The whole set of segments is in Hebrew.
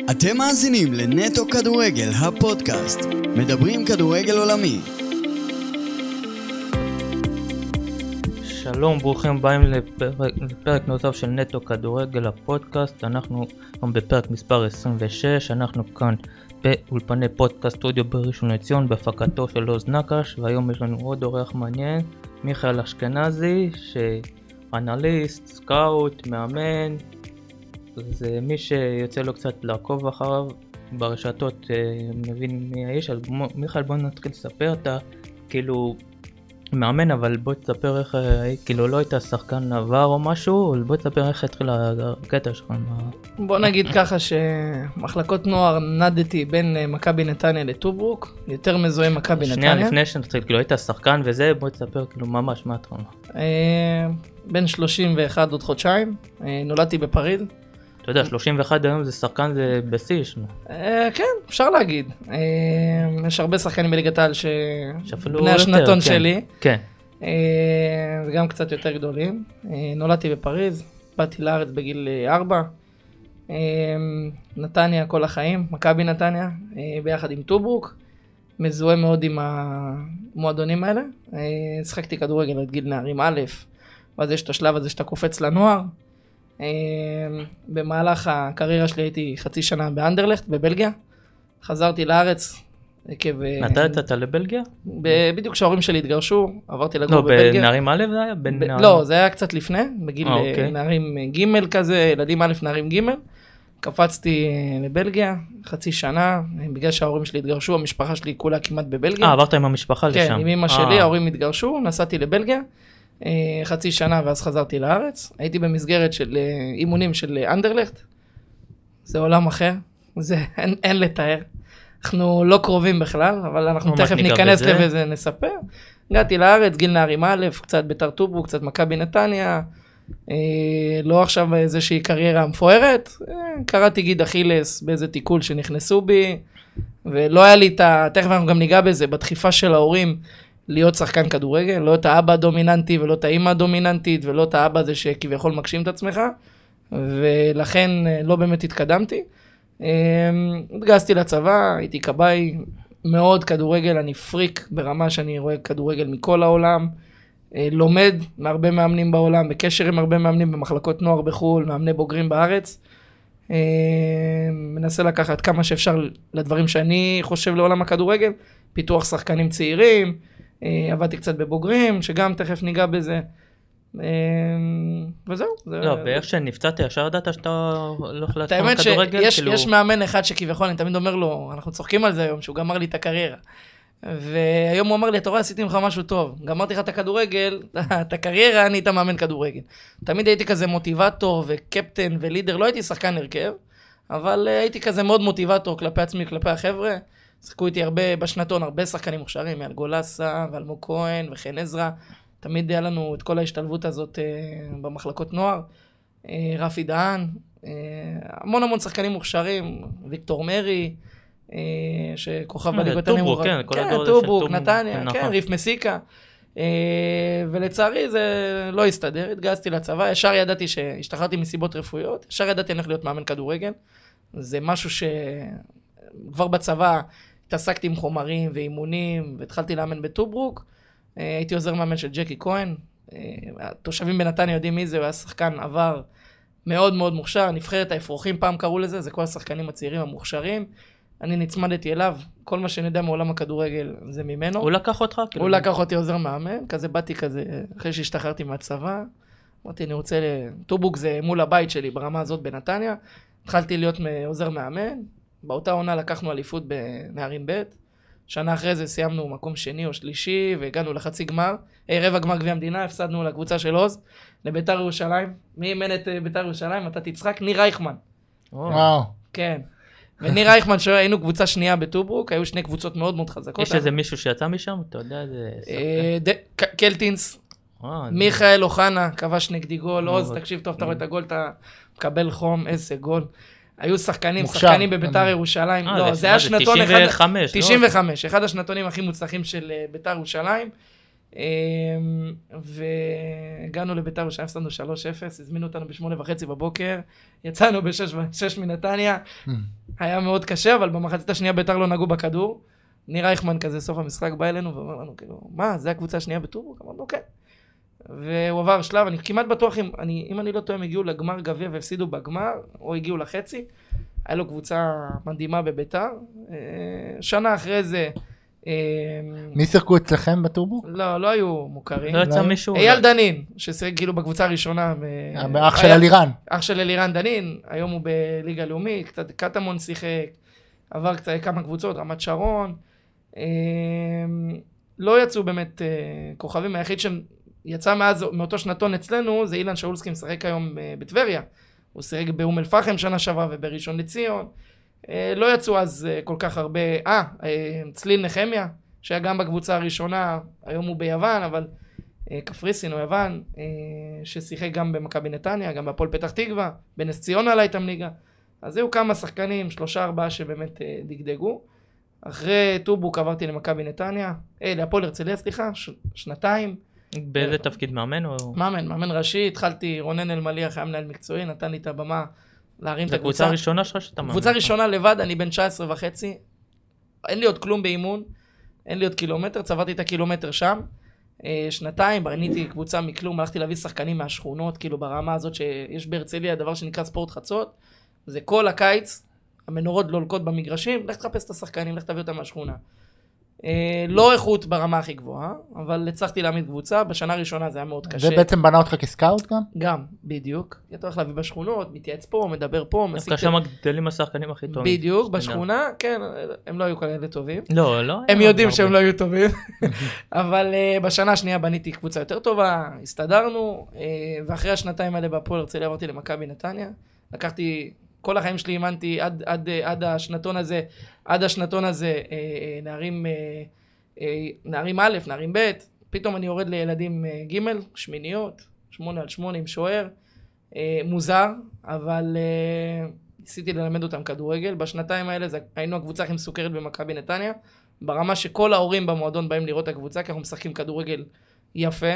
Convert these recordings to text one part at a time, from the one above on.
אתם מאזינים לנטו כדורגל, הפודקאסט. מדברים כדורגל עולמי. שלום, ברוכים הבאים לפרק נוסף של נטו כדורגל, הפודקאסט. אנחנו בפרק מספר 26, אנחנו כאן באולפני פודקאסט סטודיו בראשון לציון, בהפקתו של עוז נקש, והיום יש לנו עוד אורח מעניין, מיכאל אשכנזי, שאנליסט, סקאוט, מאמן. זה מי שיוצא לו קצת לעקוב אחריו ברשתות, מבין מי האיש. אז מיכאל, בוא נתחיל לספר, אתה כאילו מאמן, אבל בוא תספר איך, כאילו לא היית שחקן עבר או משהו, בוא תספר איך התחיל הקטע שלך. בוא נגיד ככה שמחלקות נוער נדתי בין מכבי נתניה לטוברוק, יותר מזוהה מכבי נתניה. שנייה לפני שנתחיל, כאילו היית שחקן וזה, בוא תספר כאילו ממש מה התחלנו. בין 31 עוד חודשיים, נולדתי בפריז. אתה יודע, 31 היום זה שחקן, זה בסיס. כן, אפשר להגיד. יש הרבה שחקנים בליגת העל שבני השנתון שלי. כן. וגם קצת יותר גדולים. נולדתי בפריז, באתי לארץ בגיל 4. נתניה כל החיים, מכבי נתניה, ביחד עם טוברוק. מזוהה מאוד עם המועדונים האלה. שחקתי כדורגל עד גיל נערים א', ואז יש את השלב הזה שאתה קופץ לנוער. במהלך הקריירה שלי הייתי חצי שנה באנדרלכט בבלגיה, חזרתי לארץ עקב... מתי יצאת לבלגיה? בדיוק כשההורים שלי התגרשו, עברתי לגור בבלגיה. לא, בנערים א' זה היה? לא, זה היה קצת לפני, בגיל נערים ג' כזה, ילדים א' נערים ג'. קפצתי לבלגיה, חצי שנה, בגלל שההורים שלי התגרשו, המשפחה שלי כולה כמעט בבלגיה. עברת עם המשפחה לשם? כן, עם אמא שלי, ההורים התגרשו, נסעתי לבלגיה. חצי שנה ואז חזרתי לארץ. הייתי במסגרת של אימונים של אנדרלכט. זה עולם אחר, זה אין לתאר. אנחנו לא קרובים בכלל, אבל אנחנו תכף ניכנס לזה, נספר. הגעתי לארץ, גיל נערים א', קצת בית"ר טוברוק, קצת מכבי נתניה. לא עכשיו איזושהי קריירה מפוארת. קראתי גיד אכילס באיזה תיקול שנכנסו בי, ולא היה לי תכף אנחנו גם ניגע בזה, בדחיפה של ההורים, להיות שחקן כדורגל, לא את האבא הדומיננטי ולא את האמא הדומיננטית ולא את האבא הזה שכביכול מגשים את עצמך, ולכן לא באמת התקדמתי. התגייסתי לצבא, הייתי כבאי, מאוד כדורגל, אני פריק ברמה שאני רואה כדורגל מכל העולם, לומד מהרבה מאמנים בעולם, בקשר עם הרבה מאמנים במחלקות נוער בחול, מאמני בוגרים בארץ, מנסה לקחת כמה שאפשר לדברים שאני חושב לעולם הכדורגל, פיתוח שחקנים צעירים, עבדתי קצת בבוגרים, שגם תכף ניגע בזה, וזהו. לא, ואיך שנפצעתי, ישר ידעת שאתה הולך לעצמם כדורגל? האמת שיש מאמן אחד שכביכול, אני תמיד אומר לו, אנחנו צוחקים על זה היום, שהוא גמר לי את הקריירה, והיום הוא אמר לי, אתה רואה, עשיתי ממך משהו טוב, גמרתי לך את הכדורגל, את הקריירה, אני היית מאמן כדורגל. תמיד הייתי כזה מוטיבטור וקפטן ולידר, לא הייתי שחקן הרכב, אבל הייתי כזה מאוד מוטיבטור כלפי עצמי, כלפי החבר'ה. שחקו איתי הרבה בשנתון, הרבה שחקנים מוכשרים, מאל גולסה ואלמוג כהן וחן עזרא. תמיד היה לנו את כל ההשתלבות הזאת במחלקות נוער. רפי דהן, המון שחקנים מוכשרים, ויקטור מרי, שכוכב בליגות הנמוכות. כן, טוברוק, נתניה, כן, ריף מסיקה. ולצערי זה לא הסתדר, התגייסתי לצבא, ישר ידעתי שהשתחררתי מסיבות רפואיות, ישר ידעתי אני הולך להיות מאמן כדורגל. זה משהו שכבר בצבא התעסקתי עם חומרים ואימונים, והתחלתי לאמן בטוברוק. הייתי עוזר מאמן של ג'קי כהן. התושבים בנתניה יודעים מי זה, הוא היה שחקן עבר מאוד מאוד מוכשר, נבחרת האפרוחים פעם קראו לזה, זה כל השחקנים הצעירים המוכשרים. אני נצמדתי אליו, כל מה שנדע מעולם הכדורגל זה ממנו. הוא לקח אותך? הוא לקח אותי עוזר מאמן, כזה באתי כזה, אחרי שהשתחררתי מהצבא, אמרתי אני רוצה טוברוק זה מול הבית שלי ברמה הזאת בנתניה, התחלתי להיות עוזר מאמן, באותה עונה לקחנו אליפות בנערים ב', שנה אחרי זה סיימנו מקום שני או שלישי, והגענו לחצי גמר, רבע גמר גביע המדינה, הפסדנו לקבוצה של עוז, לביתר ירושלים. מי אימן את ביתר ירושלים? אתה תצחק, ניר רייכמן. וואו. כן. וניר רייכמן, היינו קבוצה שנייה בטוברוק, היו שני קבוצות מאוד מאוד חזקות. יש איזה מישהו שיצא משם? אתה יודע איזה... קלטינס, מיכאל אוחנה, כבש נגדי גול, עוז, תקשיב טוב, אתה רואה את הגול, אתה מקבל חום, איזה גול. היו שחקנים בביתר ירושלים, לא, זה היה שנתון 95, אחד השנתונים הכי מוצלחים של ביתר ירושלים. והגענו לביתר ירושלים, הפסדנו 3-0, הזמינו אותנו ב8:30 בבוקר, יצאנו ב6 מנתניה, היה מאוד קשה, אבל במחצית השנייה ביתר לא נגעו בכדור, ניר רייכמן כזה סוף המשחק בא אלינו ואומר לנו כאילו, מה, זה הקבוצה השנייה בטורבוק? אמרנו כן. והוא עבר שלב, אני כמעט בטוח, אם אני לא טועה, הם הגיעו לגמר גביע והפסידו בגמר, או הגיעו לחצי, היה לו קבוצה מדהימה בביתר, שנה אחרי זה, מי שיחקו אצלכם בטורבוק? לא היו מוכרים. לא יצא מישהו. אייל דנין, ששיחק כאילו בקבוצה הראשונה. אח של אלירן. אח של אלירן דנין, היום הוא בליגה לאומית, קצת קטמון שיחק, עבר קצת כמה קבוצות, רמת שרון. לא יצאו באמת כוכבים, היחיד שיצא מאותו שנתון אצלנו, זה אילן שאולסקי משחק היום בטבריה. הוא שיחק באום אל פחם שנה שעברה ובראשון לציון. לא יצאו אז כל כך הרבה, צליל נחמיה, שהיה גם בקבוצה הראשונה, היום הוא ביוון, אבל קפריסין או יוון, ששיחק גם במכבי נתניה, גם בהפועל פתח תקווה, בנס ציונה עלה איתם ליגה. אז היו כמה שחקנים, 3-4 שבאמת דגדגו. אחרי טורבוק עברתי למכבי נתניה, להפועל הרצליה, סליחה, שנתיים. באיזה תפקיד מאמן או? מאמן ראשי, התחלתי, רונן אלמליח היה מנהל מקצועי, נתן לי את הבמה להרים את הקבוצה. הקבוצה הראשונה שלך שאתה מאמן. קבוצה ראשונה לבד, אני בן 19.5, אין לי עוד כלום באימון, אין לי עוד קילומטר, צברתי את הקילומטר שם, שנתיים, בניתי קבוצה מכלום, הלכתי להביא שחקנים מהשכונות, כאילו ברמה הזאת שיש בהרצליה דבר שנקרא ספורט חצות, זה כל הקיץ, המנורות דולקות במגרשים, לך תחפש את השחקנים, לך תביא אותם מהשכונה. לא איכות ברמה הכי גבוהה, אבל הצלחתי להעמיד קבוצה, בשנה הראשונה זה היה מאוד קשה. זה בעצם בנה אותך כסקאוט גם? גם, בדיוק. אתה הולך להביא בשכונות, מתייעץ פה, מדבר פה, דווקא שם גדלים השחקנים הכי טובים. בדיוק, בשכונה, כן, הם לא היו כאלה טובים. לא. הם יודעים שהם לא היו טובים. אבל בשנה השנייה בניתי קבוצה יותר טובה, הסתדרנו, ואחרי השנתיים האלה בהפועל הרצליה עברתי למכבי נתניה. לקחתי, כל החיים שלי אימנתי עד השנתון הזה, נערים א', נערים ב', פתאום אני יורד לילדים ג', שמיניות, 8-8 עם שוער, מוזר, אבל ניסיתי ללמד אותם כדורגל. בשנתיים האלה היינו הקבוצה הכי מסוכרת במכבי נתניה, ברמה שכל ההורים במועדון באים לראות את הקבוצה, כי אנחנו משחקים כדורגל יפה.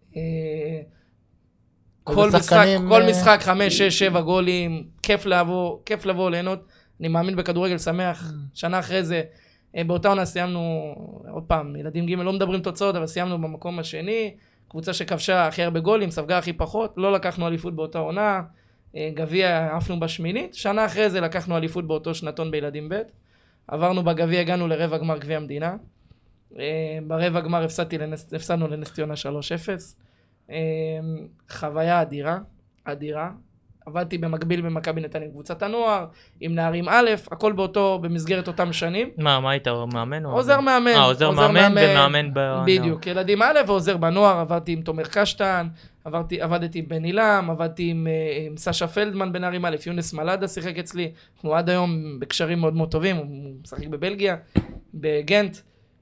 כל משחק 5, 6, 7 גולים, כיף לבוא ליהנות. אני מאמין בכדורגל, שמח. שנה אחרי זה, באותה עונה סיימנו, עוד פעם, ילדים ג' לא מדברים תוצאות, אבל סיימנו במקום השני, קבוצה שכבשה הכי הרבה גולים, ספגה הכי פחות, לא לקחנו אליפות באותה עונה, גביע עפנו בשמינית, שנה אחרי זה לקחנו אליפות באותו שנתון בילדים ב', עברנו בגביע, הגענו לרבע גמר גביע המדינה, ברבע גמר הפסדנו לנס ציונה 3-0, חוויה אדירה, עבדתי במקביל במכבי נתניה קבוצת הנוער, עם נערים א', הכל במסגרת אותם שנים. מה היית מאמן? עוזר מאמן. עוזר מאמן ומאמן בנוער. בדיוק, ילדים א' ועוזר בנוער, עבדתי עם תומר קשטן, עבדתי עם בן אילם, עבדתי עם סשה פלדמן בנערים א', יונס מלאדה שיחק אצלי, אנחנו עד היום בקשרים מאוד מאוד טובים, הוא משחק בבלגיה, בגנט,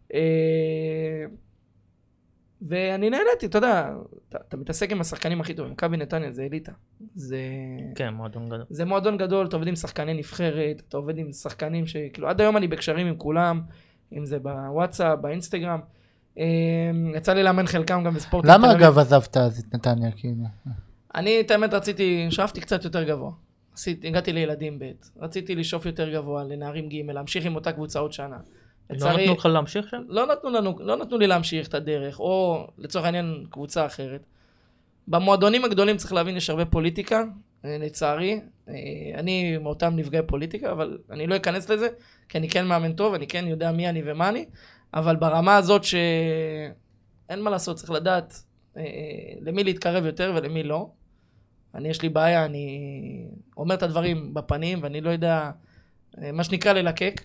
ואני נהניתי, אתה יודע, אתה מתעסק עם השחקנים הכי טובים, מכבי נתניה זה אליטה. כן, מועדון גדול. זה מועדון גדול, אתה עובד עם שחקני נבחרת, אתה עובד עם שחקנים שכאילו, עד היום אני בקשרים עם כולם, אם זה בוואטסאפ, באינסטגרם. יצא לי לאמן חלקם גם בספורט. למה אגב עזבת אז את נתניה? אני, את האמת, שאפתי קצת יותר גבוה. הגעתי לילדים ב', רציתי לשאוף יותר גבוה, לנערים ג', להמשיך עם אותה קבוצה עוד שנה. לא נתנו לך להמשיך שם? לא נתנו לי להמשיך את הדרך, או לצורך העניין קבוצה אחרת. במועדונים הגדולים צריך להבין, יש הרבה פוליטיקה, לצערי. אני מאותם נפגעי פוליטיקה, אבל אני לא אכנס לזה, כי אני כן מאמן טוב, אני כן יודע מי אני ומה אני, אבל ברמה הזאת שאין מה לעשות, צריך לדעת למי להתקרב יותר ולמי לא. יש לי בעיה, אני אומר את הדברים בפנים, ואני לא יודע, מה שנקרא ללקק.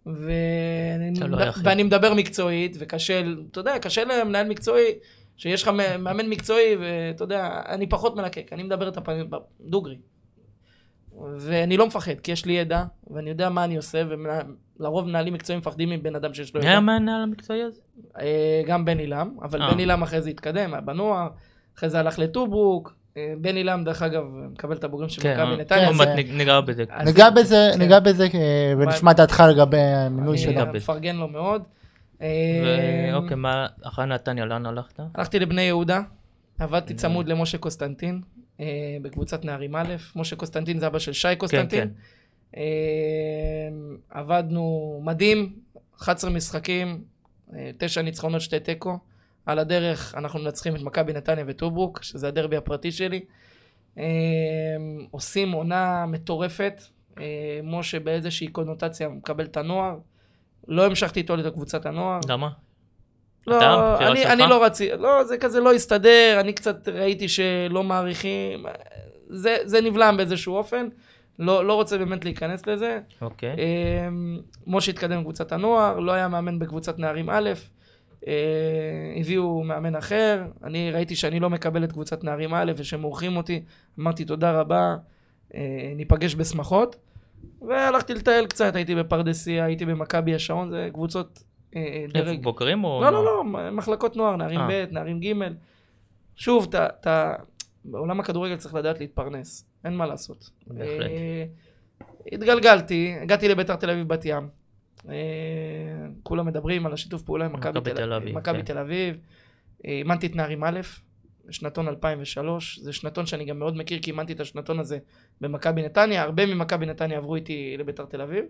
ואני מדבר מקצועית, וקשה, אתה יודע, קשה למנהל מקצועי, שיש לך מאמן מקצועי, ואתה יודע, אני פחות מלקק, אני מדבר את הפעמים דוגרי. ואני לא מפחד, כי יש לי ידע, ואני יודע מה אני עושה, ולרוב מנהלים מקצועיים מפחדים מבן אדם שיש לו ידע. היה המנהל המקצועי הזה? גם בן אילם, אבל בן אילם אחרי זה התקדם, היה בנוער, אחרי זה הלך לטורבוק, בן אילם דרך אגב מקבל את הבוגרים של מכבי נתניה. ניגע בזה. ניגע בזה ונשמע דעתך לגבי המינוי שלו. מפרגן לו מאוד. ואוקיי, מה אחרי נתניה, לאן הלכת? הלכתי לבני יהודה, עבדתי צמוד למשה קוסטנטין, בקבוצת נערים א', משה קוסטנטין זה אבא של שי קוסטנטין. עבדנו מדהים, 11 משחקים, 9 ניצחונות 2 תיקו. על הדרך אנחנו מנצחים את מכבי נתניה וטוברוק, שזה הדרבי הפרטי שלי. עושים עונה מטורפת, משה באיזושהי קונוטציה מקבל את הנוער. לא המשכתי איתו לקבוצת הנוער. למה? לא, אני לא רציתי, לא, זה כזה לא הסתדר, אני קצת ראיתי שלא מעריכים, זה נבלם באיזשהו אופן, לא רוצה באמת להיכנס לזה. אוקיי. משה התקדם בקבוצת הנוער, לא היה מאמן בקבוצת נערים א', הביאו מאמן אחר, אני ראיתי שאני לא מקבל את קבוצת נערים א' ושמורחים אותי, אמרתי תודה רבה, ניפגש בשמחות, והלכתי לטייל קצת, הייתי בפרדסיה, הייתי במכבי השעון, זה קבוצות איפה בוגרים או? לא, מחלקות נוער, נערים ב', נערים ג'. שוב, בעולם הכדורגל צריך לדעת להתפרנס, אין מה לעשות. בהחלט. התגלגלתי, הגעתי לביתר תל אביב בת ים. כולם מדברים על השיתוף פעולה עם מכבי תל אביב. אימנתי את נערים א', שנתון 2003, זה שנתון שאני גם מאוד מכיר, כי אימנתי את השנתון הזה במכבי נתניה, הרבה ממכבי נתניה עברו איתי לביתר תל אביב.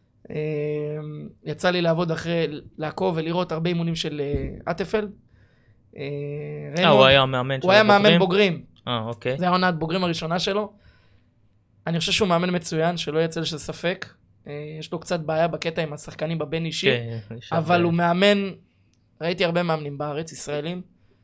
יצא לי לעקוב ולראות הרבה אימונים של אטפלד. הוא היה מאמן של הוא היה מאמן בוגרים. אוקיי. זה היה עונת בוגרים הראשונה שלו. אני חושב שהוא מאמן מצוין, שלא יצא לשם ספק. יש לו קצת בעיה בקטע עם השחקנים בבין אישי, אבל הוא מאמן, ראיתי הרבה מאמנים בארץ, ישראלים.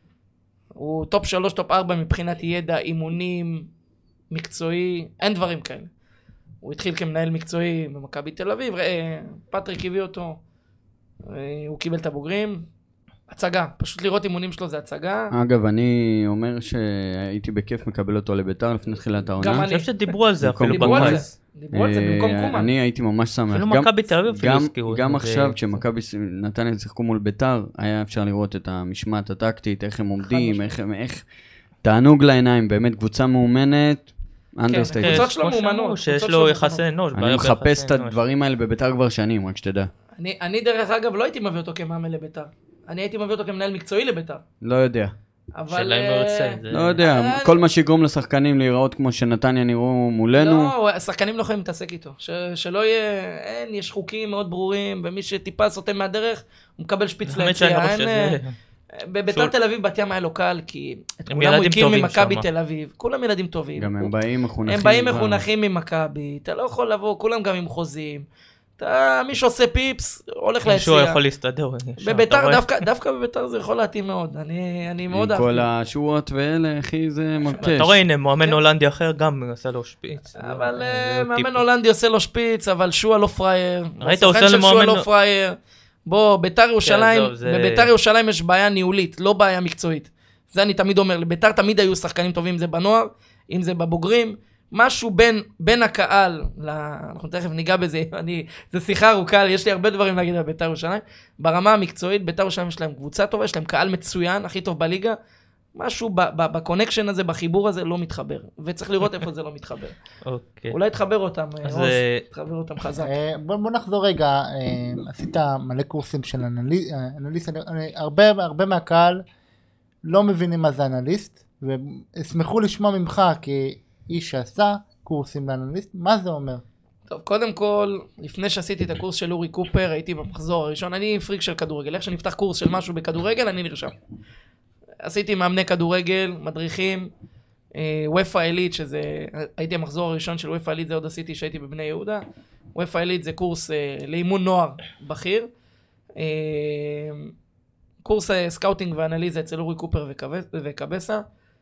הוא טופ 3, טופ 4 מבחינת ידע, אימונים, מקצועי, אין דברים כאלה. הוא התחיל כמנהל מקצועי במכבי תל אביב, פטריק הביא אותו, הוא קיבל את הבוגרים, הצגה, פשוט לראות אימונים שלו זה הצגה. אגב, אני אומר שהייתי בכיף מקבל אותו לביתר לפני תחילת העונה. גם אני חושב שדיברו על זה אפילו דיברו על זה במקום קומן. אני הייתי ממש שמח. אפילו מכבי תל אביב אפילו הזכירו. גם עכשיו כשמכבי נתניה שיחקו מול ביתר, היה אפשר לראות את המשמעת הטקטית, איך הם עומדים, איך תענוג לעיניים, באמת קבוצה מאומנת. קבוצות שלו מאומנות. שיש לו יחסי אנוש. אני מחפש את הדברים האלה בביתר כבר שנים, רק שתדע. אני דרך אגב לא הייתי מביא אותו כמאמן לביתר. אני הייתי מביא אותו כמנהל מקצועי לביתר. לא יודע. אבל... לא יודע, כל מה שיגרום לשחקנים להיראות כמו שנתניה נראו מולנו. לא, השחקנים לא יכולים להתעסק איתו. שלא יהיה, יש חוקים מאוד ברורים, ומי שטיפה סוטם מהדרך, הוא מקבל שפיץ ליציאה. בביתר תל אביב בת ים היה לו קל, כי את כולם הוא הכיר ממכבי תל אביב. כולם ילדים טובים. גם הם באים מחונכים. הם באים מחונכים ממכבי. אתה לא יכול לבוא, כולם גם עם חוזים. מי שעושה פיפס, הולך ליציאה. מישהו יכול להסתדר. בביתר, דווקא בביתר זה יכול להתאים מאוד. אני מאוד אהבתי. עם כל השורות ואלה, אחי, זה מרקש. אתה רואה, הנה, מאמן הולנדי אחר גם עושה לו שפיץ. אבל מאמן הולנדי עושה לו שפיץ, אבל שועה לא פרייר. ראית, עושה למאמן... לא פרייר. בוא, ביתר ירושלים, בביתר ירושלים יש בעיה ניהולית, לא בעיה מקצועית. זה אני תמיד אומר, לביתר תמיד היו שחקנים טובים, אם זה בנוער, אם זה בבוגרים. משהו בין הקהל, אנחנו תכף ניגע בזה, זה שיחה ארוכה, יש לי הרבה דברים להגיד על ביתר ירושלים. ברמה המקצועית, ביתר ירושלים יש להם קבוצה טובה, יש להם קהל מצוין, הכי טוב בליגה. משהו בקונקשן הזה, בחיבור הזה, לא מתחבר. וצריך לראות איפה זה לא מתחבר. אולי תחבר אותם, עוז, תחבר אותם חזק. בוא נחזור רגע, עשית מלא קורסים של אנליסט, הרבה מהקהל לא מבינים מה זה אנליסט, וישמחו לשמוע ממך, כי איש שעשה קורסים לאנליסט, מה זה אומר? טוב, קודם כל, לפני שעשיתי את הקורס של אורי קופר, הייתי במחזור הראשון, אני פריק של כדורגל, איך שנפתח קורס של משהו בכדורגל, אני נרשם. עשיתי מאמני כדורגל, מדריכים, וויפה אליט, שזה, הייתי המחזור הראשון של וויפה אליט, זה עוד עשיתי שהייתי בבני יהודה. וויפה אליט זה קורס לאימון נוער בכיר. קורס סקאוטינג ואנליזה אצל אורי קופר וקבסה.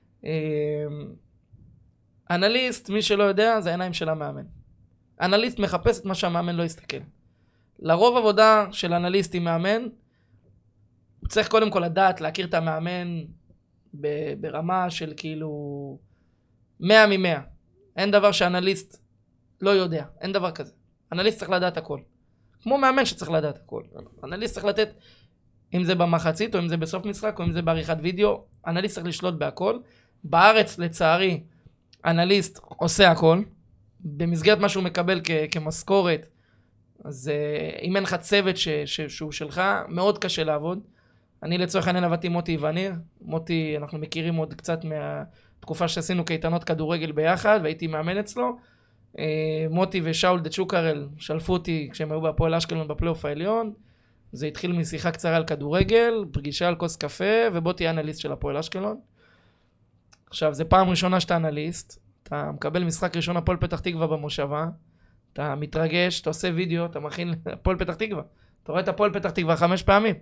אנליסט, מי שלא יודע, זה העיניים של המאמן. אנליסט מחפש את מה שהמאמן לא יסתכל. לרוב עבודה של אנליסט עם מאמן, הוא צריך קודם כל לדעת, להכיר את המאמן ברמה של כאילו 100 מ-100. אין דבר שאנליסט לא יודע, אין דבר כזה. אנליסט צריך לדעת הכל. כמו מאמן שצריך לדעת הכל. אנליסט צריך לתת, אם זה במחצית, או אם זה בסוף משחק, או אם זה בעריכת וידאו, אנליסט צריך לשלוט בהכל. בארץ, לצערי, אנליסט עושה הכל. במסגרת מה שהוא מקבל כמשכורת, אז אם אין לך צוות שהוא שלך, מאוד קשה לעבוד. אני לצורך העניין עבדתי עם מוטי וניר. מוטי, אנחנו מכירים עוד קצת מהתקופה שעשינו קייטנות כדורגל ביחד, והייתי מאמן אצלו. מוטי ושאול דצ'וקרל שלפו אותי כשהם היו בהפועל אשקלון בפלייאוף העליון. זה התחיל משיחה קצרה על כדורגל, פגישה על כוס קפה, ובוא תהיה אנליסט של הפועל אשקלון. עכשיו, זה פעם ראשונה שאתה אנליסט, אתה מקבל משחק ראשון הפועל פתח תקווה במושבה, אתה מתרגש, אתה עושה וידאו, אתה מכין הפועל פתח תקווה. אתה רואה את הפועל פתח תקווה 5 פעמים.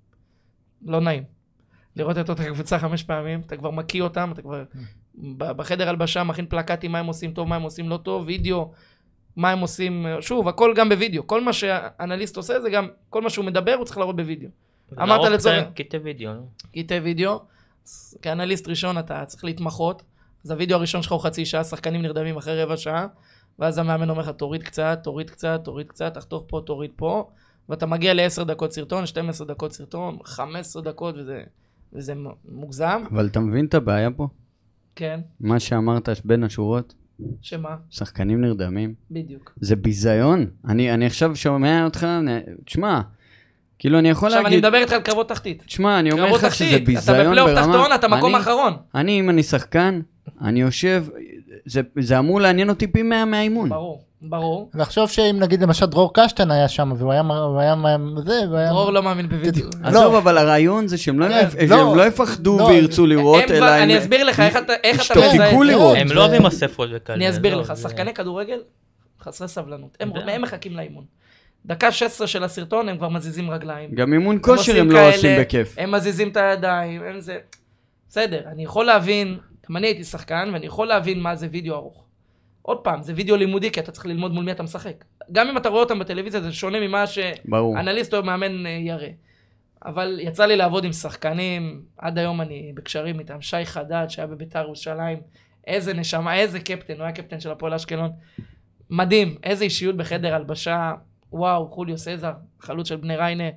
לא נעים. לראות את אותה קבוצה 5 פעמים, אתה כבר מקיא אותם, אתה כבר בחדר הלבשה מכין פלקטים, מה הם עושים טוב, מה הם עושים לא טוב, וידאו, מה הם עושים, שוב, הכל גם בווידאו. כל מה שאנליסט עושה זה גם, כל מה שהוא מדבר הוא צריך להראות בווידאו. אמרת לצורך... קטעי וידאו. קטעי וידאו. כאנליסט ראשון אתה צריך להתמחות. אז הווידאו הראשון שלך הוא חצי שעה, שחקנים נרדמים אחרי רבע שעה, ואז המאמן אומר לך, תוריד קצת, תוריד קצת, תוריד קצת, תחתוך פה, תוריד פה, ואתה מגיע ל10 דקות סרטון, 12 דקות סרטון, 15 דקות, וזה מוגזם. אבל אתה מבין את הבעיה פה? כן. מה שאמרת בין השורות? שמה? שחקנים נרדמים. בדיוק. זה ביזיון. אני עכשיו שומע אותך, תשמע, כאילו אני יכול להגיד... עכשיו אני מדבר איתך על קרבות תחתית. תשמע, אני אומר לך שזה ביזיון אתה בפלייאוף תחתון, אתה מקום אחרון. אם אני שחקן, אני יושב, זה אמור לעניין אותי פי 100 מהאימון. ברור, ברור. לחשוב שאם נגיד למשל דרור קשטן היה שם, והוא היה זה, דרור לא מאמין בווידאו. עזוב, אבל הרעיון זה שהם לא יפחדו וירצו לראות, אלא הם... אני אסביר לך איך אתה ישתוקקו לראות. הם לא אוהבים אספות וכאלה. אני אסביר לך, שחקני כדורגל חסרי סבלנות. הם מחכים לאימון. דקה 16 של הסרטון, הם כבר מזיזים רגליים. גם אימון כושר הם לא עושים בכיף. הם מזיזים את הידיים, הם זה... בסדר, אני יכול להבין, גם אני הייתי שחקן, ואני יכול להבין מה זה וידאו ארוך. עוד פעם, זה וידאו לימודי, כי אתה צריך ללמוד מול מי אתה משחק. גם אם אתה רואה אותם בטלוויזיה, זה שונה ממה שאנליסט או מאמן יראה. אבל יצא לי לעבוד עם שחקנים, עד היום אני בקשרים איתם, שי חדד, שהיה בביתר ירושלים, איזה נשמה, איזה קפטן, הוא היה קפטן של הפועל אשקלון. מדהים, איזה אישיות בחדר הלבשה, וואו, חוליו סזר, חלוץ של בני ריינה,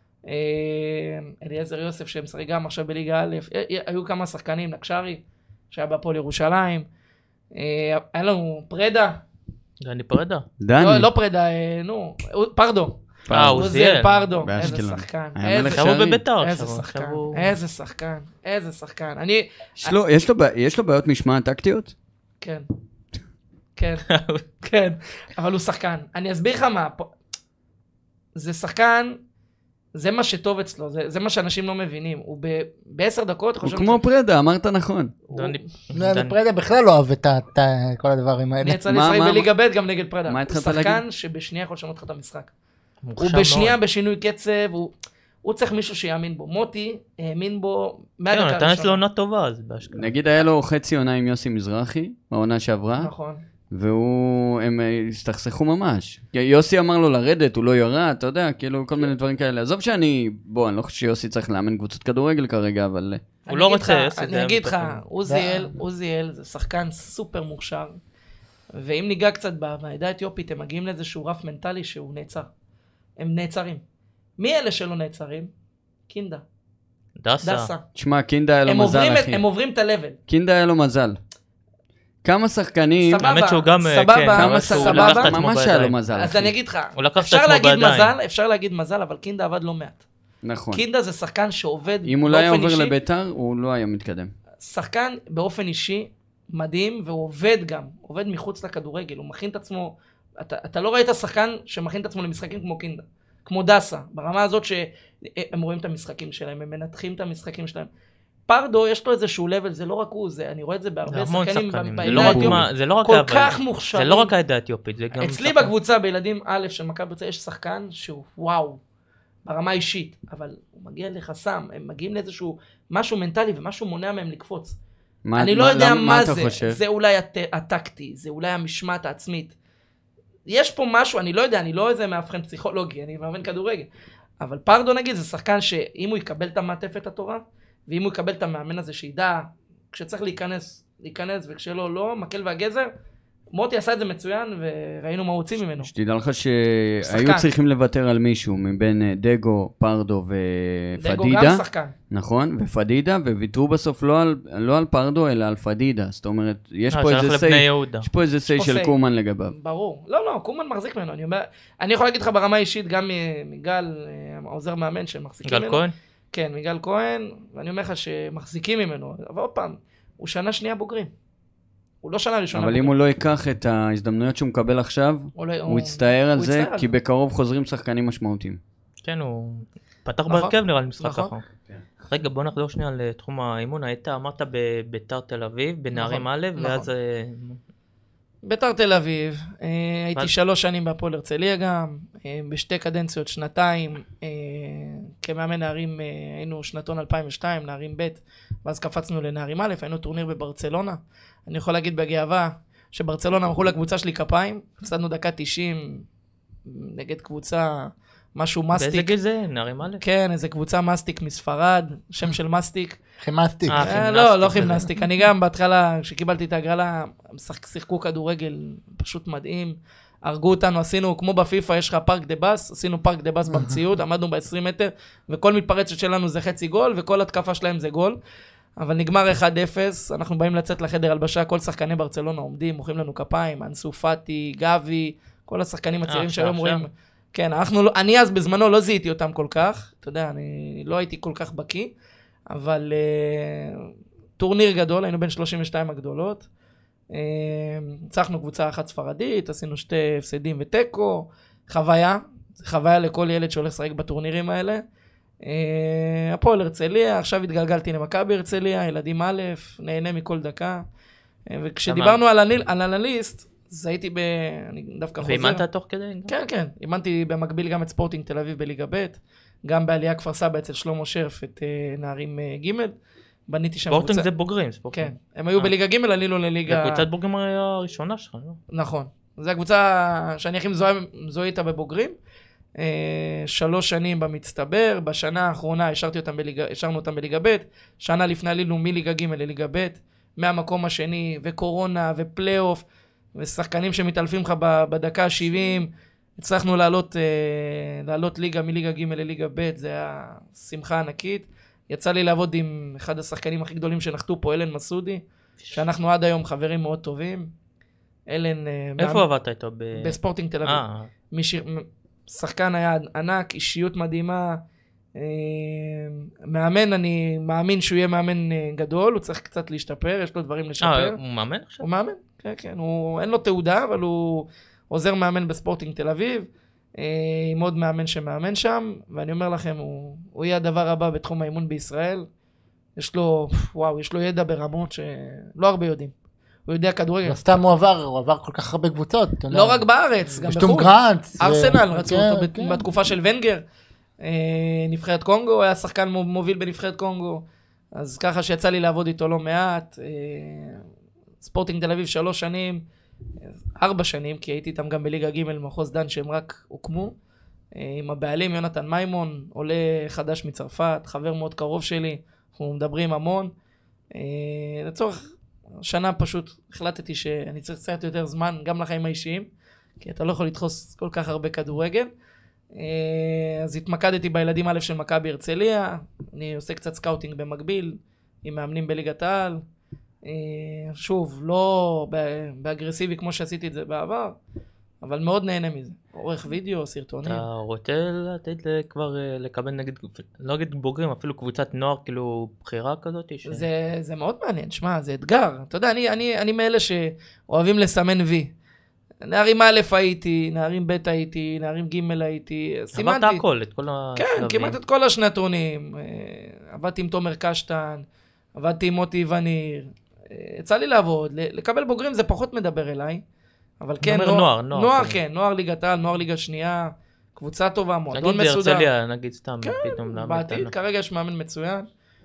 אליעזר יוסף שהם שחק גם עכשיו בליגה א', היו כמה שחקנים, נקשרי, שהיה בהפועל ירושלים, היה לנו פרדה. דני פרדה? דני. לא פרדה, נו, פרדו. עוזיאל פרדו, איזה שחקן. איזה שחקן, איזה שחקן, איזה שחקן. יש לו בעיות משמעת טקטיות? כן. כן, כן, אבל הוא שחקן. אני אסביר לך מה, זה שחקן, זה מה שטוב אצלו, זה מה שאנשים לא מבינים. הוא ב10 דקות... הוא כמו פרדה, אמרת נכון. פרדה בכלל לא אוהב את כל הדברים האלה. אני יצא לשחק בליגה ב' גם נגד פרדה. מה התחלת להגיד? הוא שחקן שבשנייה יכול לשנות לך את המשחק. הוא בשנייה בשינוי קצב, הוא צריך מישהו שיאמין בו. מוטי האמין בו מהדקה הראשונה. נתן אצלו עונה טובה אז באשקלון. נגיד היה לו חצי עונה עם יוסי מזרחי, בעונה שעברה. נכון. והם הסתכסכו ממש. יוסי אמר לו לרדת, הוא לא ירד, אתה יודע, כאילו כל מיני דברים כאלה. עזוב שאני, אני לא חושב שיוסי צריך לאמן קבוצת כדורגל כרגע, אבל... הוא לא רוצה... אני אגיד לך, עוזיאל זה שחקן סופר מוכשר, ואם ניגע קצת בעדה האתיופית, הם מגיעים לאיזשהו רף מנטלי שהוא נעצר. הם נעצרים. מי אלה שלא נעצרים? קינדה. דסה. תשמע, קינדה היה לו מזל, אחי. הם עוברים את הלבל. קינדה היה לו מזל. כמה שחקנים... סבבה, ממש היה לו מזל. אז אני אגיד לך, אפשר להגיד מזל, אבל קינדה עבד לא מעט. נכון. קינדה זה שחקן שעובד באופן אישי. אם הוא לא היה עובר לביתר, הוא לא היה מתקדם. שחקן באופן אישי מדהים, והוא עובד גם, עובד מחוץ לכדורגל, הוא מכין את עצמו, אתה לא ראית שחקן שמכין את עצמו למשחקים כמו קינדה, כמו דסה, ברמה הזאת שהם רואים את המשחקים שלהם, הם מנתחים את המשחקים שלהם. פרדו, יש לו איזשהו לבל, זה לא רק הוא, אני רואה את זה בהרבה שחקנים בעדה האתיופית, כל כך מוכשרים. זה לא רק העדה האתיופית, זה גם... אצלי בקבוצה, בילדים א' של מכבי ירושלים, יש שחקן שהוא וואו, ברמה אישית, אבל הוא מגיע לחסם, הם מגיעים לאיזשהו משהו מנטלי ומשהו מונע מהם לקפוץ. אני לא יודע מה זה, זה אולי הטקטי, זה אולי המשמעת העצמית. יש פה משהו, אני לא יודע, אני לא איזה מאבחן פסיכולוגי, אני מאמן כדורגל, אבל פרדו נגיד זה שחקן שאם הוא יקבל את המעטפת הטובה, ואם הוא יקבל את המאמן הזה שידע, כשצריך להיכנס, וכשלא, לא, מקל והגזר, מוטי עשה את זה מצוין, וראינו מה רוצים ממנו. שתדע לך שהיו צריכים לוותר על מישהו מבין דגו, פרדו ופדידה. דגו גם שחקן. נכון, ופדידה, וויתרו בסוף לא על פרדו, אלא על פדידה. זאת אומרת, יש פה איזה סי של קומן לגביו. ברור. לא, קומן מחזיק ממנו. אני יכול להגיד לך ברמה אישית, גם מגל, העוזר מאמן שמחזיקים ממנו. מגל כהן? כן, מגל כהן, ואני אומר לך שמחזיקים ממנו. אבל עוד פעם, הוא שנה שנייה בוגרים. הוא לא שנה ראשונה. אבל אם הוא לא ייקח את ההזדמנויות שהוא מקבל עכשיו, הוא יצטער על זה, כי בקרוב חוזרים שחקנים משמעותיים. כן, הוא פתח בהרכב נראה לי משחק אחר. רגע, בוא נחזור שנייה לתחום האימון. אמרת בביתר תל אביב, בנערים א', ואז... ביתר תל אביב, הייתי 3 שנים בהפועל הרצליה גם, בשתי קדנציות, 2 כמאמן נערים, היינו שנתון 2002, נערים ב', ואז קפצנו לנערים א', היינו טורניר בברצלונה. אני יכול להגיד בגאווה שברצלונה מחאו לקבוצה שלי כפיים, הפסדנו דקה 90 נגד קבוצה, משהו מסטיק. באיזה גיל זה? נערים א'? כן, איזה קבוצה מסטיק מספרד, שם של מסטיק. חימסטיק. לא חימנסטיק. אני גם בהתחלה, כשקיבלתי את ההגרלה, שיחקו כדורגל פשוט מדהים. הרגו אותנו, עשינו, כמו בפיפה, יש לך פארק דה בס, עשינו פארק דה בס במציאות, עמדנו ב-20 מטר, וכל מתפרצת שלנו זה חצי גול, וכל התקפה שלהם זה גול. אבל נגמר 1-0, אנחנו באים לצאת לחדר הלבשה, כל שחקני ברצלונה עומדים, מוחאים לנו כפיים, אנסו פאטי, גבי, כל השחקנים הצעירים שהיום רואים. כן, אני אז בזמנו לא זיהיתי אותם כל כך, אתה יודע, אני לא הייתי כל כך בקיא, אבל טורניר גדול, היינו בין 32 הגדולות, הצלחנו קבוצה אחת ספרדית, עשינו 2 הפסדים וטקו, חוויה לכל ילד שהולך לשחק בטורנירים האלה. הפועל הרצליה, עכשיו התגלגלתי למכבי הרצליה, ילדים א', נהנה מכל דקה, וכשדיברנו על אנליסט, אז הייתי אני דווקא חוזר. ואימנת תוך כדי? כן. אימנתי במקביל גם את ספורטינג תל אביב בליגה ב', גם בעלייה כפר סבא אצל שלמה שרף את נערים ג'. בניתי שם ספורטינג זה בוגרים. כן, הם היו בליגה ג', עלינו לליגה... זה קבוצת בוגרים הראשונה שלך, לא? נכון. זו הקבוצה שאני הכי מזוהה איתה בבוגרים. 3 שנים במצטבר, בשנה האחרונה השארנו אותם בליגה ב', שנה לפני עלינו מליגה ג' לליגה ב', מהמקום השני, וקורונה, ופלייאוף, ושחקנים שמתעלפים לך בדקה ה-70, הצלחנו לעלות ליגה מליגה ג' לליגה ב', זה היה שמחה ענקית. יצא לי לעבוד עם אחד השחקנים הכי גדולים שנחתו פה, אלן מסודי, שאנחנו עד היום חברים מאוד טובים. אלן... איפה עבדת איתו? בספורטינג תל אביב. שחקן היה ענק, אישיות מדהימה, מאמן, אני מאמין שהוא יהיה מאמן גדול, הוא צריך קצת להשתפר, יש לו דברים לשפר. הוא מאמן עכשיו? הוא מאמן, כן, אין לו תעודה, אבל הוא עוזר מאמן בספורטינג תל אביב, עם עוד מאמן שמאמן שם, ואני אומר לכם, הוא יהיה הדבר הבא בתחום האימון בישראל, יש לו ידע ברמות שלא הרבה יודעים. הוא יודע כדורגל. לא סתם הוא עבר כל כך הרבה קבוצות. לא רק בארץ, גם בחו"ל. ארסנל רצו אותו בתקופה של ונגר. נבחרת קונגו, הוא היה שחקן מוביל בנבחרת קונגו. אז ככה שיצא לי לעבוד איתו לא מעט. ספורטינג תל אביב 3 שנים, 4 שנים, כי הייתי איתם גם בליגה ג' מחוז דן שהם רק הוקמו. עם הבעלים יונתן מימון, עולה חדש מצרפת, חבר מאוד קרוב שלי. אנחנו מדברים המון. לצורך... שנה פשוט החלטתי שאני צריך קצת יותר זמן, גם לחיים האישיים, כי אתה לא יכול לדחוס כל כך הרבה כדורגל. אז התמקדתי בילדים א' של מכבי הרצליה, אני עושה קצת סקאוטינג במקביל, עם מאמנים בליגת העל. שוב, לא באגרסיבי כמו שעשיתי את זה בעבר, אבל מאוד נהנה מזה. עורך וידאו, סרטונים. אתה רוצה לתת כבר לקבל נגיד, לא נגיד בוגרים, אפילו קבוצת נוער, כאילו בחירה כזאת? זה מאוד מעניין, שמה, זה אתגר. אתה יודע, אני מאלה שאוהבים לסמן וי. נערים א' הייתי, נערים ב' הייתי, נערים ג' הייתי, סימנתי. עברת הכל, את כל השלבים. כן, כמעט את כל השנתונים. עבדתי עם תומר קשטן, עבדתי עם מוטי וניר. יצא לי לעבוד, לקבל בוגרים זה פחות מדבר אליי. אבל כן, נוער, כן, נוער ליגת העל, נוער ליגה שנייה, קבוצה טובה, מועדון מסודר. נגיד בהרצליה, נגיד סתם, כן, בעתיד, כרגע יש מאמן מצוין.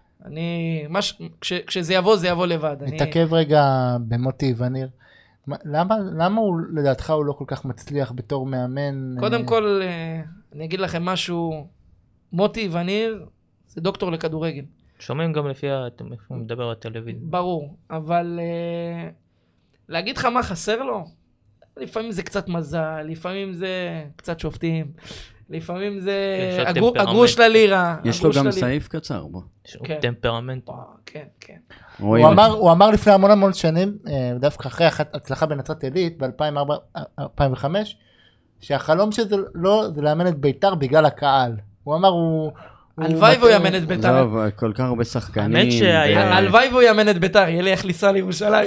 כשזה יבוא, זה יבוא לבד. נתעכב רגע במוטי וניר. למה לדעתך הוא לא כל כך מצליח בתור מאמן? קודם כל, אני אגיד לכם משהו, מוטי וניר זה דוקטור לכדורגל. שומעים גם לפי, הוא מדבר על טלוויזיה. ברור, אבל להגיד לך מה חסר לו? לפעמים זה קצת מזל, לפעמים זה קצת שופטים, לפעמים זה הגרוש ללירה. יש לו גם סעיף קצר בו. יש לו טמפרמנט. כן, כן. הוא אמר לפני המון שנים, דווקא אחרי הצלחה בנצרת עילית ב-2004-2005, שהחלום שזה לא, זה לאמן את בית"ר בגלל הקהל. הוא אמר, הלוואי והוא יאמן את בית"ר. לא, כל כך הרבה שחקנים. הלוואי והוא יאמן את בית"ר, יהיה לי איך לנסוע לירושלים.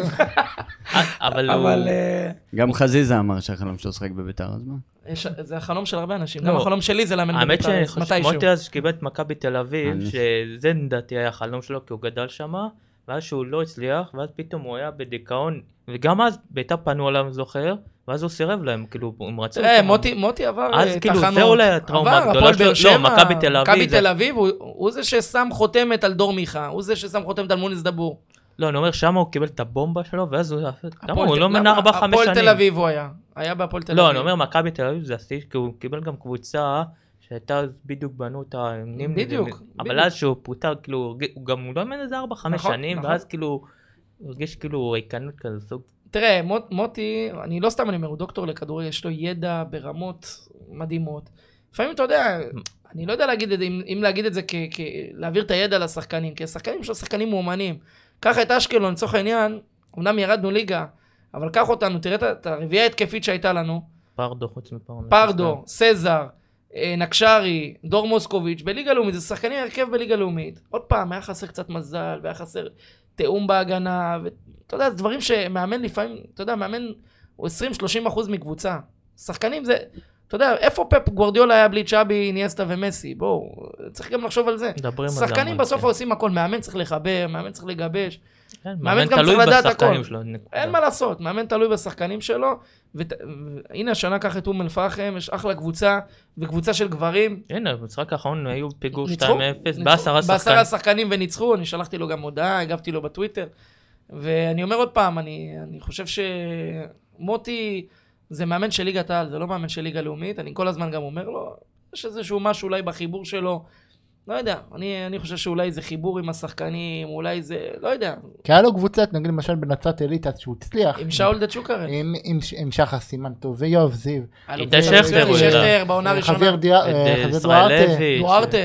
אבל... גם חזיזה אמר שהחלום שלו שחק בבית"ר, אז מה? זה החלום של הרבה אנשים, גם החלום שלי זה לאמן בבית"ר, האמת שמוטי אז שקיבל את מכבי תל אביב, שזה לדעתי היה החלום שלו, כי הוא גדל שם, ואז שהוא לא הצליח, ואז פתאום הוא היה בדיכאון, וגם אז בית"ר פנו עליו זוכר, ואז הוא סירב להם, כאילו, הם רצו... מוטי עבר תחנות. אז כאילו, זה אולי הטראומה הגדולה שלו, לא, מכבי תל אביב. מכבי תל אביב, הוא זה ששם חותמת על דור מיכה, הוא זה ששם חותמת על מוניס דבור. לא, אני אומר, שם הוא קיבל את הבומבה שלו, ואז הוא לא מנה 4-5 שנים. הפועל תל אביב הוא היה בהפועל תל אביב. לא, אני אומר, מכבי תל אביב זה עשי, כי הוא קיבל גם קבוצה, שהייתה בדיוק בנו את הנמני. בדיוק. אבל אז שהוא פוטר, כאילו, הוא גם לא מנה איזה 4-5 שנים, ואז כאילו, הוא הרגיש כאילו ריקנות כזה סוג. תראה, מוטי, אני לא סתם אני אומר, הוא דוקטור לכדורגל, יש לו ידע ברמות מדהימות. לפעמים אתה יודע, אני לא יודע להגיד את זה, אם להגיד את זה להעביר את הידע לשחקנים, כי השחקנים שלו שחקנים מאומנים. קח את אשקלון, לצורך העניין, אמנם ירדנו ליגה, אבל קח אותנו, תראה את הרביעייה ההתקפית שהייתה לנו. פרדו, חוץ מפרדו. פרדו, סזר, נקשרי, דור מוסקוביץ', בליגה לאומית, זה שחקנים הרכב בליגה לאומית. עוד פעם, היה חסר קצת מזל, והיה חסר תאום בהגנה, ואתה יודע, זה דברים שמאמן לפעמים, אתה יודע, מאמן הוא 20-30% מקבוצה. שחקנים זה, אתה יודע, איפה פפ גוורדיולה היה בלי צ'אבי, ניאסטה ומסי? בואו, צריך גם לחשוב על זה. שחקנים בסוף עושים הכל, מאמן צריך לחבר, מאמן צריך לגבש, מאמן גם צריך לדעת הכל. אין מה לעשות, מאמן תלוי בשחקנים שלו, והנה השנה קח את אום אל פחם, יש אחלה קבוצה, וקבוצה של גברים. הנה, במשחק האחרון היו פיגור 2-0, ב10 שחקנים וניצחו, אני שלחתי לו גם הודעה, הגבתי לו בטוויטר, ואני אומר עוד פעם, אני חושב שמוטי זה מאמן של ליגת העל, זה לא מאמן של ליגה לאומית, אני כל הזמן גם אומר לו, יש איזשהו משהו אולי בחיבור שלו, לא יודע, אני חושב שאולי זה חיבור עם השחקנים, אולי זה, לא יודע. כי היה לו קבוצת, נגיד למשל בנצרת עילית, אז שהוא הצליח. עם שאול דצ'וקרר. עם שחר סימן טוב, ויואב זיו. איתי שכטר, בעונה הראשונה. חבר דוארטה.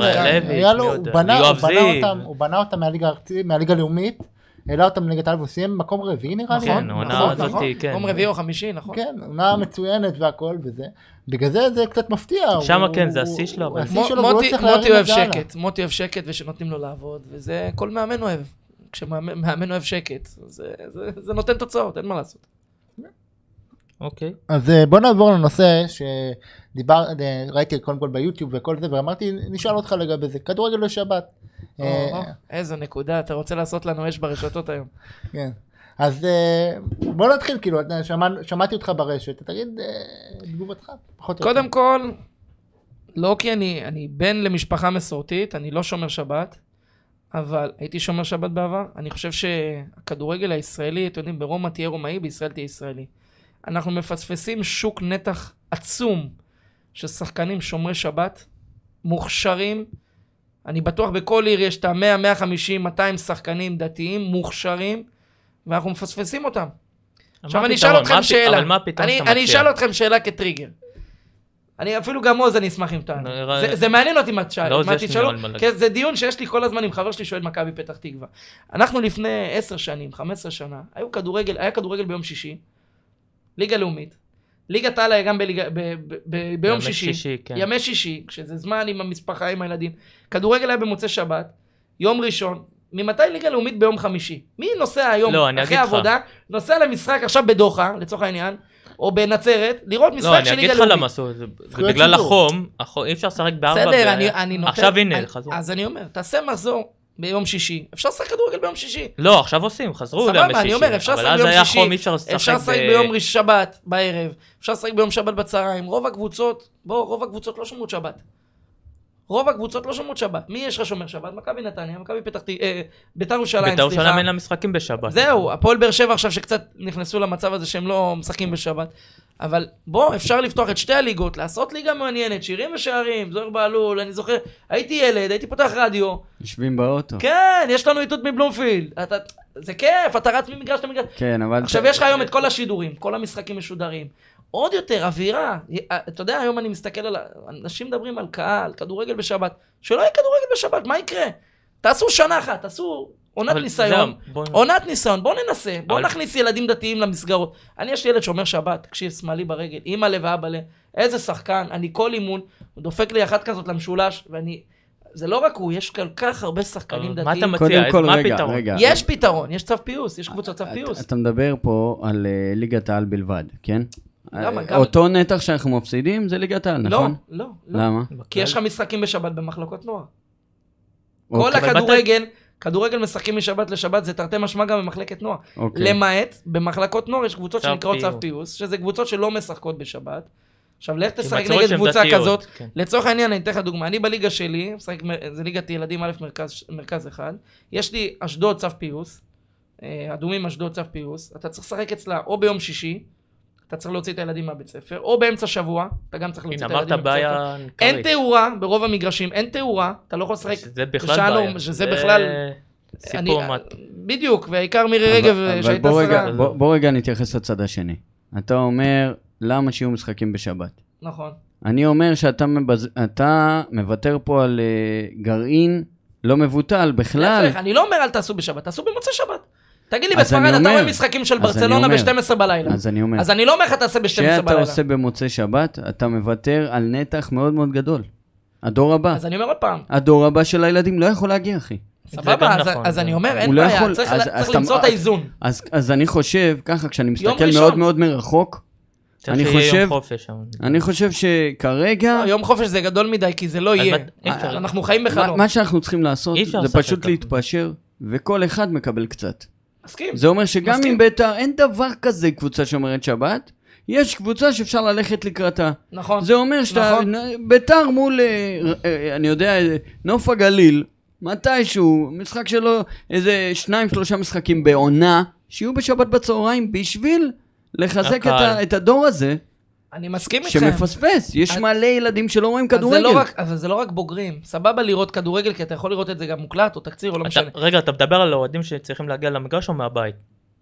הוא בנה אותם מהליגה הלאומית, העלה אותם נגד העל וסיים מקום רביעי נראה לי. נכון, עונה הזאת, כן. מקום רביעי או חמישי, נכון. כן, עונה מצוינת והכל וזה. בגלל זה קצת מפתיע. שמה כן, זה השיא שלו. מוטי אוהב שקט ושנותנים לו לעבוד, וזה כל מאמן אוהב. כשמאמן אוהב שקט, זה נותן תוצאות, אין מה לעשות. אוקיי. אז בוא נעבור לנושא ראיתי קודם כל ביוטיוב וכל זה, ואמרתי, נשאל אותך לגבי זה, כדורגל לשבת. איזו נקודה, אתה רוצה לעשות לנו אש ברשתות היום. כן. אז בוא נתחיל, כאילו, שמעתי אותך ברשת, תגיד תגובתך. קודם כל, לא כי אני בן למשפחה מסורתית, אני לא שומר שבת, אבל הייתי שומר שבת בעבר. אני חושב שהכדורגל הישראלי, אתם יודעים, ברומא תהיה רומאי, בישראל תהיה ישראלי. אנחנו מפספסים שוק נתח עצום של שחקנים שומרי שבת, מוכשרים. אני בטוח בכל עיר יש את 100, 150, 200 שחקנים דתיים, מוכשרים, ואנחנו מפספסים אותם. עכשיו אני אשאל אתכם שאלה. אני אשאל אתכם שאלה כטריגר. אני אפילו גם עוז אני אשמח אם תענו. זה מעניין אותי מה תשאלו. זה דיון שיש לי כל הזמן עם חבר שלי שואל מכבי פתח תקווה. אנחנו לפני 10 שנים, 15 שנה, היה כדורגל ביום שישי, ליגה לאומית. ליגת העל היה גם ביום שישי, ימי שישי, כשזה זמן עם המשפחה, עם הילדים. כדורגל היה במוצאי שבת, יום ראשון. ממתי ליגה לאומית ביום חמישי? מי נוסע היום אחרי העבודה, נוסע למשחק עכשיו בדוחה, לצורך העניין, או בנצרת, לראות משחק של ליגה לאומית. לא, אני אגיד לך למה, זה בגלל החום, אי אפשר לשחק בארבע. בסדר, אני נותן. עכשיו הנה, חזרו. אז אני אומר, תעשה מחזור ביום שישי. אפשר לשחק כדורגל ביום שישי. לא, עכשיו עושים, חזרו ליום שישי. סבבה, אני אומר, אפשר לשחק ביום שישי. אפשר לשחק ביום שבת בערב. אפשר לשחק ביום שבת בצהריים. רוב הקבוצות לא שומרות שבת. רוב הקבוצות לא שומרות שבת. מי יש לך שומר שבת? מכבי נתניה, מכבי בית"ר ירושלים, בית"ר ירושלים אין לה משחקים בשבת. זהו, הפועל באר שבע עכשיו שקצת נכנסו למצב הזה שהם לא משחקים בשבת. אבל בוא, אפשר לפתוח את שתי הליגות, לעשות ליגה מעניינת, שירים ושערים, זוהר בהלול, אני זוכר, הייתי ילד, הייתי פותח רדיו. יושבים באוטו. כן, יש לנו איתות מבלומפילד. זה כיף, אתה רץ ממגרש למגרש. כן, אבל... עכשיו יש לך היום את כל השידורים, כל המשחקים משודרים. עוד יותר, אווירה. אתה יודע, היום אני מסתכל על... אנשים מדברים על קהל, כדורגל בשבת. שלא יהיה כדורגל בשבת, מה יקרה? תעשו שנה אחת, תעשו עונת ניסיון. עונת ניסיון, בואו ננסה. בואו נכניס ילדים דתיים למסגרות. יש לי ילד שאומר שבת, תקשיב, שמאלי ברגל, אמא לב ואבא לב. איזה שחקן, אני כל אימון, הוא דופק לי אחת כזאת למשולש, ואני... זה לא רק הוא, יש כל כך הרבה שחקנים דתיים. מה אתה מציע? מה הפתרון? יש פתרון, יש צו פיוס, יש קבוצות צו פיוס. אתה מדבר פה על ליגת העל בלבד, כן? גם... אותו נתח שאנחנו מפסידים זה ליגת העל, נכון? לא. למה? כי יש לך משחקים בשבת במחלקות נוער. כל כדורגל משחקים משבת לשבת, זה תרתי משמע גם במחלקת נוער. למעט, במחלקות נוער יש קבוצות שנקראות צו פיוס, שזה קבוצות שלא משחקות בשבת. עכשיו, לך תשחק נגד קבוצה כזאת. לצורך העניין, אני אתן לך דוגמה. אני בליגה שלי, זה ליגת ילדים א' מרכז אחד, יש לי אשדוד צו פיוס, אדומים אשדוד צו פיוס, אתה צריך לשחק אצלה או ביום שישי, אתה צריך להוציא את הילדים מהבית ספר, או באמצע שבוע, אתה גם צריך להוציא את הילדים מהבית ספר. אין תאורה ברוב המגרשים, אין תאורה, אתה לא יכול לשחק. שזה בכלל... סיפור בדיוק, והעיקר מירי רגב שהייתה שרה. בוא רגע נתייחס לצד השני. אתה אומר, למה שיהיו משחקים בשבת? נכון. אני אומר שאתה מוותר פה על גרעין לא מבוטל בכלל. אני לא אומר אל תעשו בשבת, תעשו במוצאי שבת. תגיד לי, בספרד אתה רואה משחקים של ברצלונה ב-12 בלילה. אז אני אומר. אז אני לא אומר לך תעשה ב-12 בלילה. כשאתה עושה במוצאי שבת, אתה מוותר על נתח מאוד מאוד גדול. הדור הבא. אז אני אומר עוד פעם. הדור הבא של הילדים לא יכול להגיע, אחי. סבבה, אז אני אומר, אין בעיה, צריך למצוא את האיזון. אז אני חושב, ככה, כשאני מסתכל מאוד מאוד מרחוק, אני חושב שכרגע... יום חופש זה גדול מדי, כי זה לא יהיה. אנחנו חיים בחלום. מה שאנחנו צריכים לעשות, זה פשוט להתפשר, וכל אחד מקבל קצת. מסכים. זה אומר שגם אם בית"ר, אין דבר כזה קבוצה שאומרת שבת, יש קבוצה שאפשר ללכת לקראתה. נכון. זה אומר שאתה... בית"ר מול, אני יודע, נוף הגליל, מתישהו, משחק שלו, איזה 2-3 משחקים בעונה, שיהיו בשבת בצהריים, בשביל לחזק את הדור הזה. אני מסכים איתכם. שמפספס, יש מלא ילדים שלא רואים כדורגל. אבל זה לא רק בוגרים, סבבה לראות כדורגל, כי אתה יכול לראות את זה גם מוקלט או תקציר או לא משנה. רגע, אתה מדבר על האוהדים שצריכים להגיע למגרש או מהבית?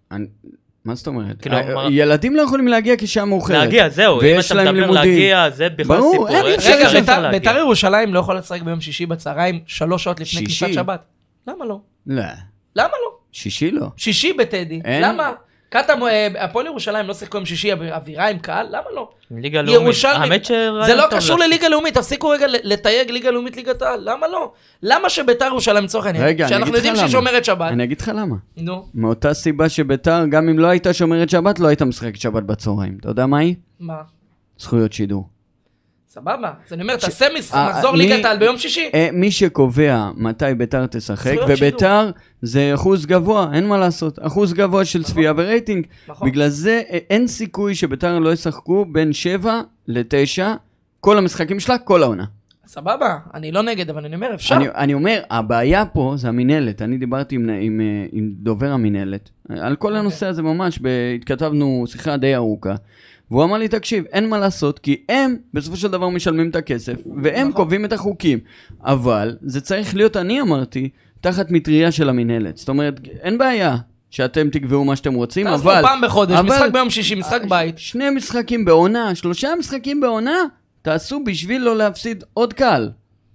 מה זאת אומרת? ילדים לא יכולים להגיע כשעה מאוחרת. להגיע, זהו. אם אתה מדבר להגיע, זה בכלל סיפור. רגע, בית"ר ירושלים לא יכול לשחק ביום שישי בצהריים 3 שעות לפני כניסת שבת. למה לא? לא. למה לא? שישי לא. שישי בטדי. למה? הפועל ירושלים לא שיחקו עם שישי, אווירה עם קהל, למה לא? ליגה לאומית. זה לא קשור לליגה לאומית, תפסיקו רגע לתייג ליגה לאומית ליגת העל, למה לא? למה שבית"ר ירושלים צורך העניין? שאנחנו יודעים שהיא שומרת שבת. אני אגיד לך למה. נו. מאותה סיבה שבית"ר, גם אם לא הייתה שומרת שבת, לא הייתה משחקת שבת בצהריים. אתה יודע מה היא? מה? זכויות שידור. סבבה, אז אני אומר, תעשה מחזור ליגת העל ביום שישי. מי שקובע מתי בית"ר תשחק, ובית"ר זה אחוז גבוה, אין מה לעשות, אחוז גבוה של צפייה ורייטינג. בגלל זה אין סיכוי שבית"ר לא ישחקו בין 7 ל-9, כל המשחקים שלה, כל העונה. סבבה, אני לא נגד, אבל אני אומר, אפשר. אני אומר, הבעיה פה זה המנהלת, אני דיברתי עם דובר המנהלת, על כל הנושא הזה ממש, התכתבנו שיחה די ארוכה, והוא אמר לי, תקשיב, אין מה לעשות, כי הם בסופו של דבר משלמים את הכסף, והם קובעים את החוקים. אבל זה צריך להיות, אני אמרתי, תחת מטריה של המנהלת. זאת אומרת, אין בעיה שאתם תקבעו מה שאתם רוצים, אבל... תעשו פעם בחודש, משחק ביום שישי, משחק בית. 2 משחקים בעונה, 3 משחקים בעונה, תעשו בשביל לא להפסיד עוד קהל.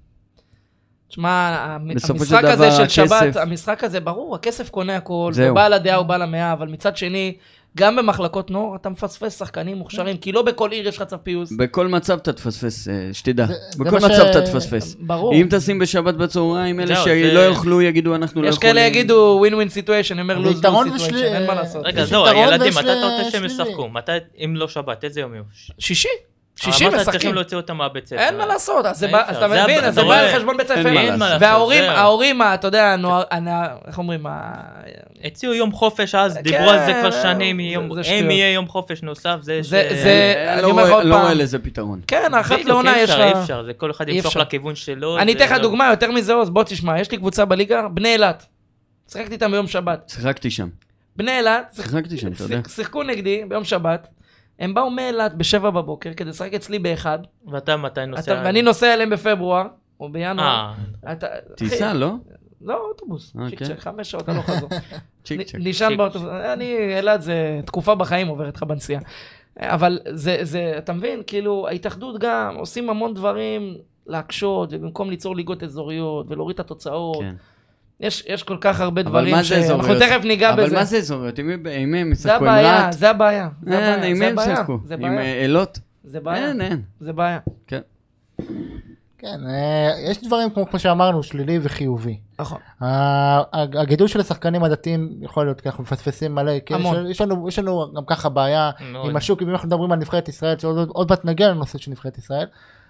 תשמע, המשחק הזה של שבת, המשחק הזה, ברור, הכסף קונה הכל, ובעל הדעה הוא בעל המאה, אבל מצד שני... גם במחלקות נוער אתה מפספס שחקנים מוכשרים, כי לא בכל עיר יש לך צו פיוס. בכל מצב אתה תפספס, שתדע. בכל מצב אתה תפספס. ברור. אם תשים בשבת בצהריים, אלה שלא יוכלו יגידו אנחנו לא יכולים. יש כאלה יגידו ווין-ווין סיטואשן, אומר לוז סיטואשן, אין מה לעשות. רגע, זהו, הילדים, מתי אתה רוצה שהם ישחקו? אם לא שבת, איזה יום יום? שישי. 60 אמרת, משחקים. צריכים להוציא אותם מהבית ספר. אין מה לעשות, אז אי אפשר. אתה זה מבין, אתה אז זה בא רואה. על חשבון בית ספר. אין מה לעשות, וההורים, אתה יודע, איך אומרים, הציעו יום חופש אז, כן, דיברו על זה כבר שנים, זה אם שטויות. יהיה יום חופש נוסף, זה אני לא אומר לך עוד רואה פעם. לזה פתרון. כן, אחת בדיוק, לעונה יש אי לה... אפשר, זה כל אחד אי ימשוך אפשר. לכיוון שלו. אני זה אתן לך לא- דוגמה יותר מזה, עוז, בוא תשמע, יש לי קבוצה בליגה, בני אילת. שיחקתי איתם ביום שבת. שיחקתי שם. בני אילת, שיחקתי שם, אתה יודע. שיחקו נגדי ביום שבת. הם באו מאילת ב7 בבוקר כדי לשחק אצלי באחד. ואתה מתי נוסע? ואני נוסע אליהם בפברואר, או בינואר. טיסה, לא? לא, אוטובוס. אוקיי. צ'יק צ'ק, 5 שעות, אני לא חזור. צ'יק צ'ק. נשען באוטובוס. אילת זה תקופה בחיים עוברת לך בנסיעה. אבל זה, אתה מבין, כאילו, ההתאחדות גם עושים המון דברים להקשות, ובמקום ליצור ליגות אזוריות ולהוריד את התוצאות. כן. יש כל כך הרבה אבל דברים מה זה אזוריות? אנחנו תכף ניגע בזה. אבל מה זה אזוריות? אם הם זה ישחקו עם הבעיה, רעת? זה הבעיה. עם מי הם ישחקו? זה עם בעיה. אלות? זה בעיה. אין. זה בעיה. כן. כן, יש דברים כמו שאמרנו, שלילי וחיובי. נכון. הגידול של השחקנים הדתיים יכול להיות ככה, מפספסים מלא, כי המון. יש לנו גם ככה בעיה מאוד. עם השוק, אם אנחנו מדברים על נבחרת ישראל, שעוד מעט נגיע לנושא של נבחרת ישראל,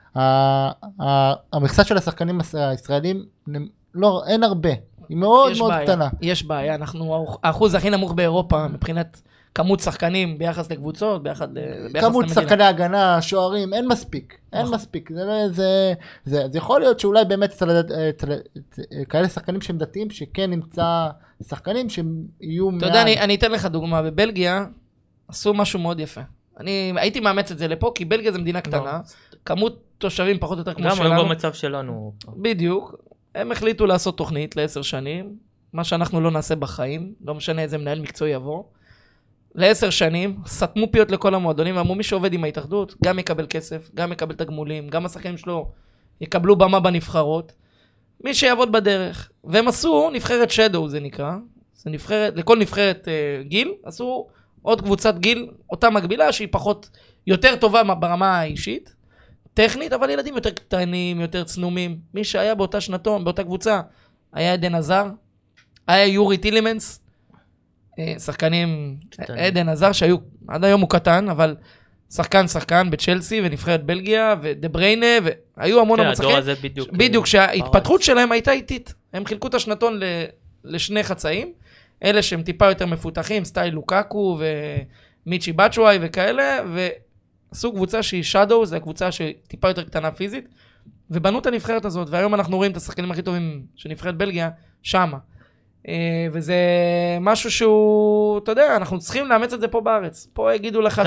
המכסה של השחקנים הישראלים, לא, אין הרבה, היא מאוד יש מאוד בעיה, קטנה. יש בעיה, האחוז הכי נמוך באירופה מבחינת כמות שחקנים ביחס לקבוצות, ביחס כמות למדינה. שחקני הגנה, שוערים, אין מספיק, אין נכון. מספיק, זה יכול להיות שאולי באמת אצל כאלה שחקנים שהם דתיים, שכן נמצא שחקנים שהם יהיו אתה יודע, אני אתן לך דוגמה, בבלגיה עשו משהו מאוד יפה. אני הייתי מאמץ את זה לפה, כי בלגיה זה מדינה קטנה, כמות תושבים פחות או יותר כמו גם שלנו. היום במצב שלנו. בדיוק, הם החליטו לעשות תוכנית ל10 שנים, מה שאנחנו לא נעשה בחיים, לא משנה איזה מנהל מקצועי יבוא, ל10 שנים, סתמו פיות לכל המועדונים, ואמרו מי שעובד עם ההתאחדות, גם יקבל כסף, גם יקבל תגמולים, גם השחקנים שלו יקבלו במה בנבחרות, מי שיעבוד בדרך. והם עשו נבחרת שדו, זה נקרא, זה נבחרת, לכל נבחרת גיל, עשו עוד קבוצת גיל, אותה מקבילה שהיא פחות, יותר טובה ברמה האישית, טכנית, אבל ילדים יותר קטנים, יותר צנומים. מי שהיה באותה שנתון, באותה קבוצה, היה עדן עזר, היה יורי טילמנס, שחקנים, עדן עזר שהיו, עד היום הוא קטן, אבל שחקן בצ'לסי ונבחרת בלגיה ודבריינה, והיו המון המון שחקנים. בדיוק, שההתפתחות שלהם הייתה איטית. הם חילקו את השנתון לשני חצאים, אלה שהם טיפה יותר מפותחים, סטייל לוקאקו ומיצ'י בצ'וואי וכאלה, ועשו קבוצה שהיא שדו, זו הקבוצה שטיפה יותר קטנה פיזית, ובנו את הנבחרת הזאת, והיום אנחנו רואים את השחקנים הכי טובים של נבחרת בלגיה, שמה. וזה משהו שהוא, אתה יודע, אנחנו צריכים לאמץ את זה פה בארץ. פה יגידו לך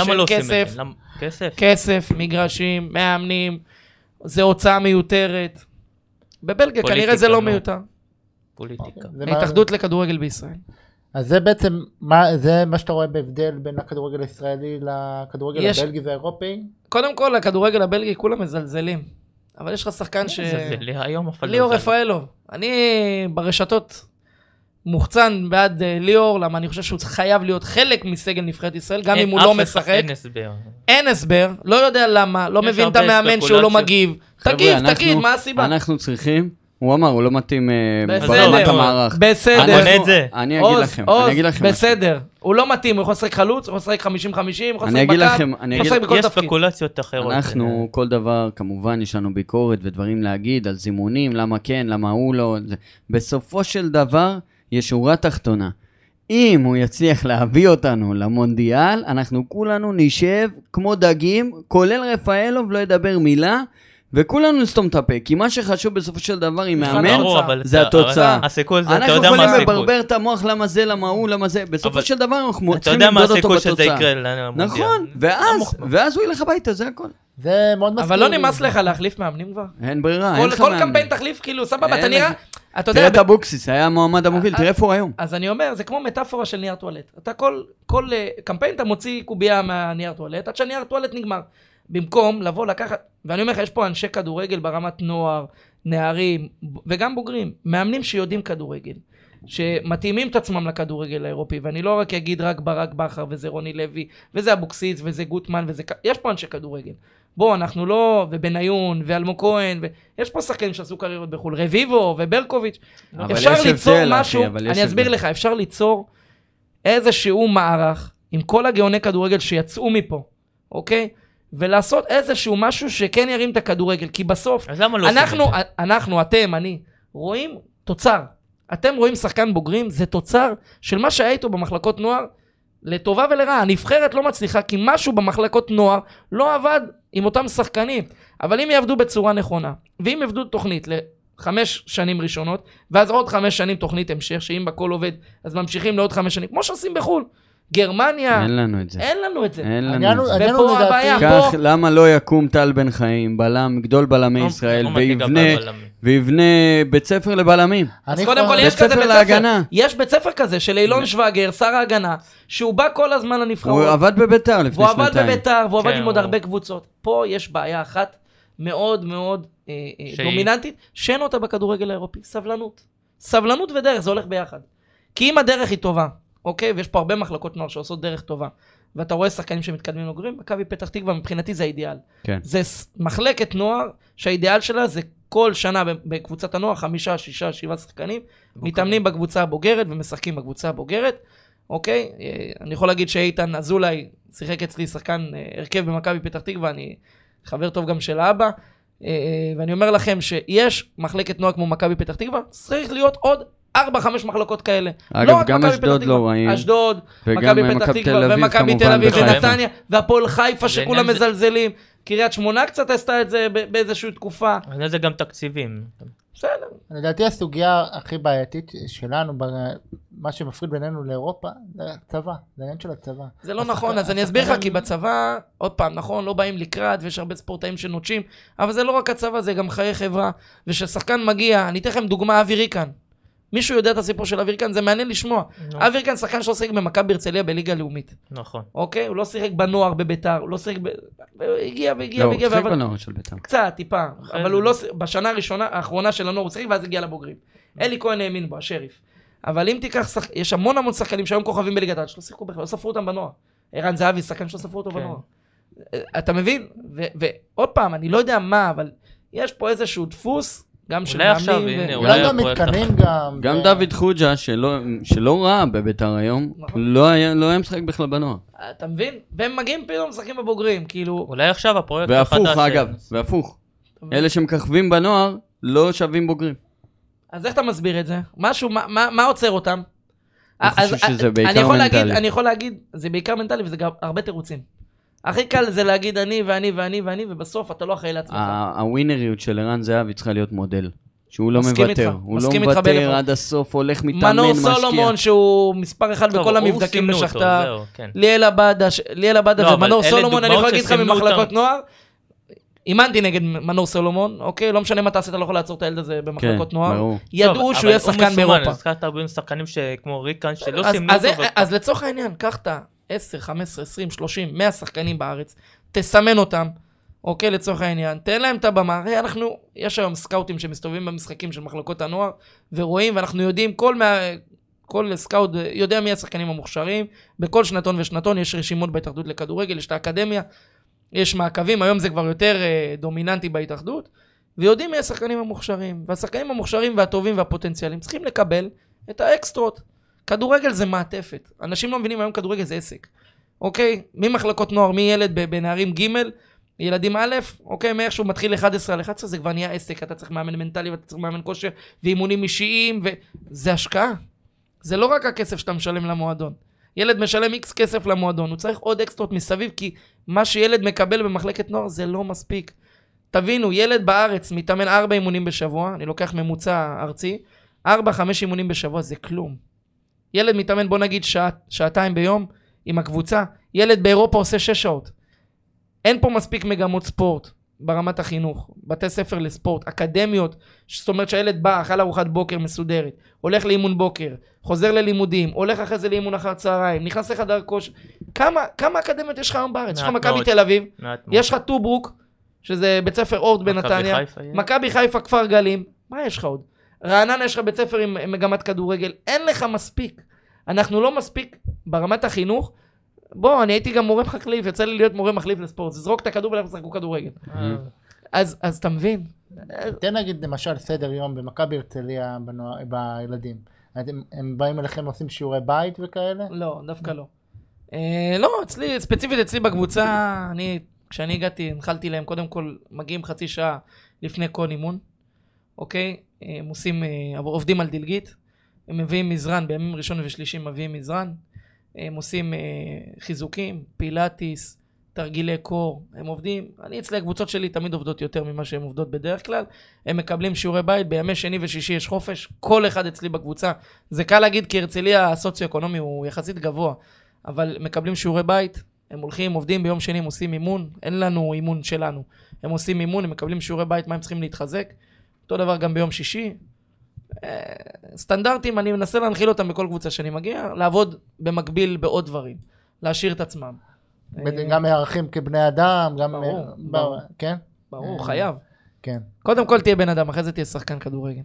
כסף, מגרשים, מאמנים, זה הוצאה מיותרת. בבלגיה כנראה זה לא מיותר. פוליטיקה. ההתאחדות לכדורגל בישראל. אז זה בעצם, זה מה שאתה רואה בהבדל בין הכדורגל הישראלי לכדורגל הבלגי והאירופי? קודם כל, הכדורגל הבלגי כולם מזלזלים. אבל יש לך שחקן ליאור רפאלוב. אני ברשתות מוחצן בעד ליאור, למה אני חושב שהוא חייב להיות חלק מסגל נבחרת ישראל, גם אם הוא לא משחק. אין הסבר, לא יודע למה, לא מבין את המאמן שהוא לא מגיב. תגיד, מה הסיבה? אנחנו צריכים, הוא אמר, הוא לא מתאים ברמת המערך. בסדר. אני אגיד לכם. בסדר. הוא לא מתאים, הוא יכול לשחק חלוץ, הוא יכול לשחק 50-50, הוא יכול לשחק בקאפ, הוא לשחק בכל יש תפקיד. ספקולציות אחרות. אנחנו, כל דבר, כמובן, יש לנו ביקורת ודברים להגיד על זימונים, למה כן, למה הוא לא. בסופו של דבר, יש שורה תחתונה. אם הוא יצליח להביא אותנו למונדיאל, אנחנו כולנו נשב כמו דגים, כולל רפאלוב, לא ידבר מילה, וכולנו נסתום את הפה, כי מה שחשוב בסופו של דבר עם מאמן, זה התוצאה. אנחנו יכולים לברבר את המוח למה זה, למה הוא, למה זה, בסופו של דבר אנחנו צריכים למדוד אותו בתוצאה. נכון, ואז הוא ילך הביתה, זה הכל. זה מאוד מסכים. אבל לא נמאס לך להחליף מאמנים כבר? אין ברירה, אין לך כל מאמן. קמפיין תחליף, כאילו, סבבה, אתה נראה... תראה את אבוקסיס, היה המועמד המוביל, תראה איפה הוא היום. אז אני אומר, זה כמו מטאפורה של נייר טואלט. אתה כל קמפיין אתה מוציא קובייה מהנייר טואלט, עד שהנייר טואלט נגמר. במקום לבוא לקחת, ואני אומר לך, יש פה אנשי כדורגל ברמת נוער, נערים, וגם בוגרים, מאמנים שיודעים כדורגל, שמתאימים את עצמם לכדורגל האירופי, ואני לא רק אגיד רק ברק בכר, וזה רוני לוי, וזה אבוקסיס, וזה גוטמן, יש פה אנשי כדורגל. בוא, אנחנו לא, ובניון, ואלמו כהן, ויש פה שחקנים שעשו קריירות בחול, רביבו וברקוביץ'. אפשר ליצור משהו, אני אסביר לך, אפשר ליצור איזשהו מערך, עם כל הגאוני כדורגל שיצאו מפה, אוקיי? ולעשות איזשהו משהו שכן ירים את הכדורגל, כי בסוף, אז למה לא עושים את זה? אנחנו, אתם, אני, רואים תוצר. אתם רואים שחקן בוגרים, זה תוצר של מה שהיה איתו במחלקות נוער, לטובה ולרעה. הנבחרת לא מצליחה, כי משהו במחלקות נוער לא עבד עם אותם שחקנים. אבל אם יעבדו בצורה נכונה, ואם יעבדו תוכנית ל5 שנים ראשונות, ואז עוד 5 שנים תוכנית המשך, שאם בכל עובד, אז ממשיכים לעוד 5 שנים, כמו שעושים בחול. גרמניה, אין לנו את זה. אין לנו את זה. ופה הבעיה, כך, למה לא יקום טל בן חיים, בלם, גדול בלמי ישראל, ויבנה בית ספר לבלמים? אז קודם כל יש כזה בית ספר. יש בית ספר כזה של אילון שווגר, שר ההגנה, שהוא בא כל הזמן לנבחרות. הוא עבד בביתר לפני שנתיים. והוא עבד בביתר, והוא עבד עם עוד הרבה קבוצות. פה יש בעיה אחת מאוד מאוד דומיננטית, שאין אותה בכדורגל האירופי, סבלנות. סבלנות ודרך, זה הולך ביחד. כי אם הדרך היא טובה, אוקיי, ויש פה הרבה מחלקות נוער שעושות דרך טובה, ואתה רואה שחקנים שמתקדמים וגורים, מכבי פתח תקווה מבחינתי זה האידיאל. כן. זה מחלקת נוער שהאידיאל שלה זה כל שנה בקבוצת הנוער, 5, 6, 7 שחקנים, מתאמנים בקבוצה הבוגרת ומשחקים בקבוצה הבוגרת, אוקיי? אני יכול להגיד שאיתן אזולאי שיחק אצלי שחקן הרכב במכבי פתח תקווה, אני חבר טוב גם של האבא, ואני אומר לכם שיש מחלקת נוער כמו מכבי פתח תקווה, צריך להיות עוד 4-5 מחלקות כאלה. אגב, גם אשדוד לא רעים. אשדוד, מכבי פתח תקווה, ומכבי תל אביב ונתניה, והפועל חיפה שכולם מזלזלים. קריית שמונה קצת עשתה את זה באיזושהי תקופה. זה גם תקציבים. בסדר. לדעתי הסוגיה הכי בעייתית שלנו, מה שמפריד בינינו לאירופה, זה הצבא, זה העניין של הצבא. זה לא נכון, אז אני אסביר לך, כי בצבא, עוד פעם, נכון, לא באים לקראת, ויש הרבה ספורטאים שנוטשים, אבל זה לא רק הצבא, זה גם חיי חברה, וששחקן מגיע, אני אתן לכם דוגמה, אבי ריקן. מישהו יודע את הסיפור של אבי ריקן, זה מעניין לשמוע. אבי ריקן שחקן שלא שיחק במכבי הרצליה בליגה לאומית. נכון. אוקיי? הוא לא שיחק בנוער בביתר, הוא לא שיחק הגיע. הוא שיחק בנוער של ביתר. קצת, טיפה. אבל הוא לא, בשנה האחרונה של הנוער הוא שיחק, ואז הגיע לבוגרים. אלי כהן האמין בו, השריף. אבל אם תיקח, יש המון שחקנים שהיום כוכבים בליגת העל, שלא שיחקו בכלל, לא ספרו אותם בנוער. ערן זהבי, שחקן שלא ספרו אותו בנוער. אתה מבין? ועוד פעם, אני לא יודע מה, אבל יש פה איזשהו דפוס גם של מאמנים, אולי גם מתקנים גם דוד חוג'ה שלא ראה בביתר היום, לא היה משחק בכלל בנוער. אתה מבין? והם מגיעים פתאום משחקים בבוגרים, כאילו... אולי עכשיו הפרויקט החדש... והפוך אגב, והפוך. אלה שמככבים בנוער לא שווים בוגרים. אז איך אתה מסביר את זה? משהו, מה עוצר אותם? אני חושב שזה בעיקר מנטלי. אני יכול להגיד, זה בעיקר מנטלי וזה גם הרבה תירוצים. הכי קל זה להגיד אני ואני ואני ואני, ובסוף אתה לא אחראי לעצמך. הווינריות של ערן זהבי צריכה להיות מודל. שהוא לא מוותר. הוא לא מוותר עד הסוף, הולך מתאמן, מנור משקיע. סולומון, שהוא מספר אחד בכל המבדקים בשכתר. ליאל עבדה ומנור סולומון, אני יכול להגיד לך ממחלקות נוער. אימנתי נגד מנור סולומון, אוקיי? לא משנה מה תעשית, אתה לא יכול לעצור את הילד הזה במחלקות נוער. ידעו שהוא יהיה שחקן באירופה. הזכרת הרבה שחקנים כמו ריקן, שלא סימנו אותו. אז לצורך העניין, קח את 10, 15, 20, 30, 100 שחקנים בארץ, תסמן אותם, אוקיי, לצורך העניין, תן להם את הבמה, הרי יש היום סקאוטים שמסתובבים במשחקים של מחלקות הנוער, ורואים, ואנחנו יודעים, כל סקאוט יודע מי השחקנים המוכשרים, בכל שנתון ושנתון יש רשימות בהתאחדות לכדורגל, יש את האקדמיה, יש מעקבים, היום זה כבר יותר דומיננטי בהתאחדות, ויודעים מי השחקנים המוכשרים, והשחקנים המוכשרים והטובים והפוטנציאליים צריכים לקבל את האקסטרות. כדורגל זה מעטפת. אנשים לא מבינים היום כדורגל זה עסק. אוקיי? ממחלקות נוער, מילד בנערים ג' ילדים א', אוקיי? מאיכשהו מתחיל 11 על 11, זה כבר נהיה עסק. אתה צריך מאמן מנטלי ואתה צריך מאמן כושר ואימונים אישיים, וזה השקעה. זה לא רק הכסף שאתה משלם למועדון. ילד משלם X כסף למועדון, הוא צריך עוד אקסטרות מסביב, כי מה שילד מקבל במחלקת נוער זה לא מספיק. תבינו, ילד בארץ מתאמן 4 אימונים בשבוע, אני לוקח ממוצע ארצי, 4-5 אימונים בשבוע זה כלום. ילד מתאמן, בוא נגיד שעתיים ביום עם הקבוצה, ילד באירופה עושה 6 שעות. אין פה מספיק מגמות ספורט ברמת החינוך, בתי ספר לספורט, אקדמיות, זאת אומרת שהילד בא, אכל ארוחת בוקר מסודרת, הולך לאימון בוקר, חוזר ללימודים, הולך אחרי זה לאימון אחר צהריים, נכנס לחדר כושר. כמה אקדמיות יש לך היום בארץ? יש לך מכבי תל אביב, יש לך טוברוק, שזה בית ספר אורט בנתניה, מכבי חיפה כפר גלים, מה יש לך עוד? רעננה יש לך בית ספר עם מגמת כדורגל, אין לך מספיק. אנחנו לא מספיק ברמת החינוך. בוא, אני הייתי גם מורה מחליף, יצא לי להיות מורה מחליף לספורט, זרוק את הכדור ולכו שחקו כדורגל. אז אתה מבין. תן נגיד למשל סדר יום במכבי הרצליה בילדים. הם באים אליכם עושים שיעורי בית וכאלה? לא, דווקא לא. לא, ספציפית אצלי בקבוצה, אני כשאני הגעתי, הנחלתי להם, קודם כל, מגיעים חצי שעה לפני כל אימון, אוקיי? הם עובדים על דלגית, הם מביאים מזרן, בימים ראשון ושלישי מביאים מזרן, הם עושים חיזוקים, פילאטיס, תרגילי קור, הם עובדים, אני אצלי הקבוצות שלי תמיד עובדות יותר ממה שהן עובדות בדרך כלל, הם מקבלים שיעורי בית, בימי שני ושישי יש חופש, כל אחד אצלי בקבוצה, זה קל להגיד כי הרצליה הסוציו-אקונומי הוא יחסית גבוה, אבל מקבלים שיעורי בית, הם הולכים, עובדים, ביום שני הם עושים אימון, אין לנו אימון שלנו, הם עושים אימון, הם מקבלים שיעורי בית, מה הם צריכים להתחזק, אותו דבר גם ביום שישי, סטנדרטים, אני מנסה להנחיל אותם בכל קבוצה שאני מגיע, לעבוד במקביל בעוד דברים, להשאיר את עצמם. גם מערכים כבני אדם, גם... ברור. כן? ברור, חייב. כן. קודם כל תהיה בן אדם, אחרי זה תהיה שחקן כדורגל.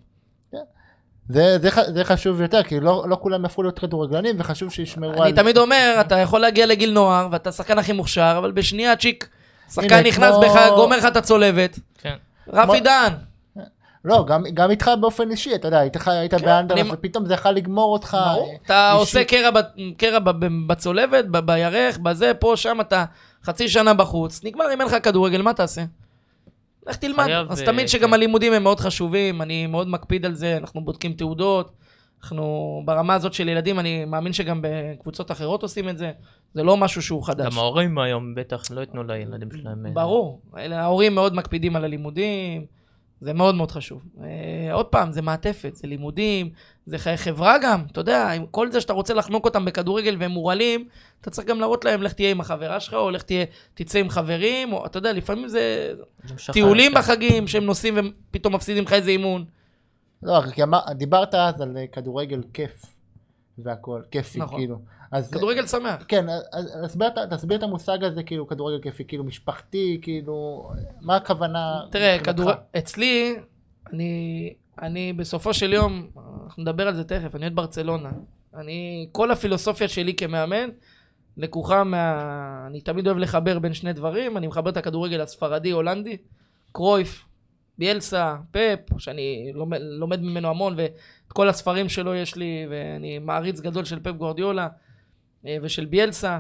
זה חשוב יותר, כי לא כולם יפכו להיות כדורגלנים, וחשוב שישמרו על... אני תמיד אומר, אתה יכול להגיע לגיל נוער, ואתה שחקן הכי מוכשר, אבל בשנייה צ'יק, שחקן נכנס בך, גומר לך את הצולבת. כן. רפי דן. לא, גם איתך באופן אישי, אתה יודע, היית באנדרלכט, ופתאום זה יכול לגמור אותך. אתה עושה קרע בצולבת, בירך, בזה, פה, שם, אתה חצי שנה בחוץ, נגמר, אם אין לך כדורגל, מה תעשה? לך תלמד. אז תמיד שגם הלימודים הם מאוד חשובים, אני מאוד מקפיד על זה, אנחנו בודקים תעודות, אנחנו ברמה הזאת של ילדים, אני מאמין שגם בקבוצות אחרות עושים את זה, זה לא משהו שהוא חדש. גם ההורים היום בטח לא יתנו לילדים שלהם. ברור, ההורים מאוד מקפידים על הלימודים, זה מאוד מאוד חשוב. עוד פעם, זה מעטפת, זה לימודים, זה חיי חברה גם, אתה יודע, עם כל זה שאתה רוצה לחנוק אותם בכדורגל והם מורלים, אתה צריך גם להראות להם, לך תהיה עם החברה שלך, או לך תצא עם חברים, או אתה יודע, לפעמים זה טיולים בחגים שהם נוסעים ופתאום מפסידים לך איזה אימון. לא, כי דיברת אז על כדורגל כיף והכל, כיפי, כאילו. כדורגל שמח. כן, אז תסביר את המושג הזה, כאילו, כדורגל כיפי, כאילו, משפחתי, כאילו, מה הכוונה? תראה, אצלי, אני בסופו של יום, אנחנו נדבר על זה תכף, אני אוהד ברצלונה. כל הפילוסופיה שלי כמאמן, לקוחה אני תמיד אוהב לחבר בין שני דברים, אני מחבר את הכדורגל הספרדי, הולנדי, קרויף, ביאלסה, פפ, שאני לומד ממנו המון, ואת כל הספרים שלו יש לי, ואני מעריץ גדול של פפ גוארדיולה, ושל ביאלסה,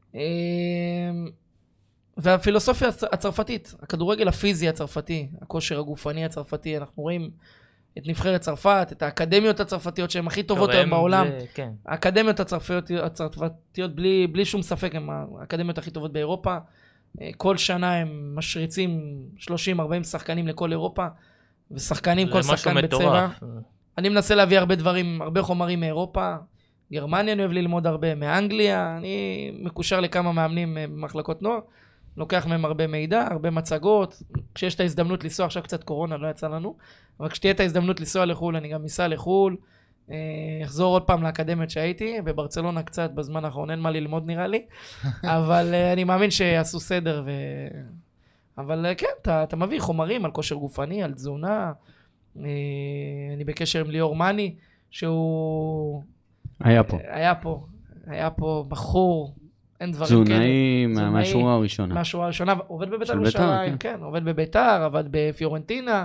והפילוסופיה הצרפתית, הכדורגל הפיזי הצרפתי, הכושר הגופני הצרפתי, אנחנו רואים את נבחרת צרפת, את האקדמיות הצרפתיות שהן הכי טובות היום בעולם, האקדמיות הצרפתיות בלי שום ספק הן האקדמיות הכי טובות באירופה, כל שנה הם משריצים 30-40 שחקנים לכל אירופה, ושחקנים כל שחקן בצבע. אני מנסה להביא הרבה דברים, הרבה חומרים מאירופה, גרמניה אני אוהב ללמוד הרבה, מאנגליה, אני מקושר לכמה מאמנים במחלקות נוער, לוקח מהם הרבה מידע, הרבה מצגות, כשיש את ההזדמנות לנסוע, עכשיו קצת קורונה, לא יצא לנו, אבל כשתהיה את ההזדמנות לנסוע לחול, אני גם אסע לחול, אחזור עוד פעם לאקדמיות שהייתי, בברצלונה קצת בזמן האחרון, אין מה ללמוד נראה לי, אבל אני מאמין שיעשו סדר, אבל כן, אתה מביא חומרים על כושר גופני, על תזונה, אני בקשר עם ליאור מני, שהוא... היה פה בחור, אין דברים כאלה. תזונאי מהשורה הראשונה. מהשורה הראשונה, עובד בביתר ירושלים, כן, עובד בביתר, עבד בפיורנטינה,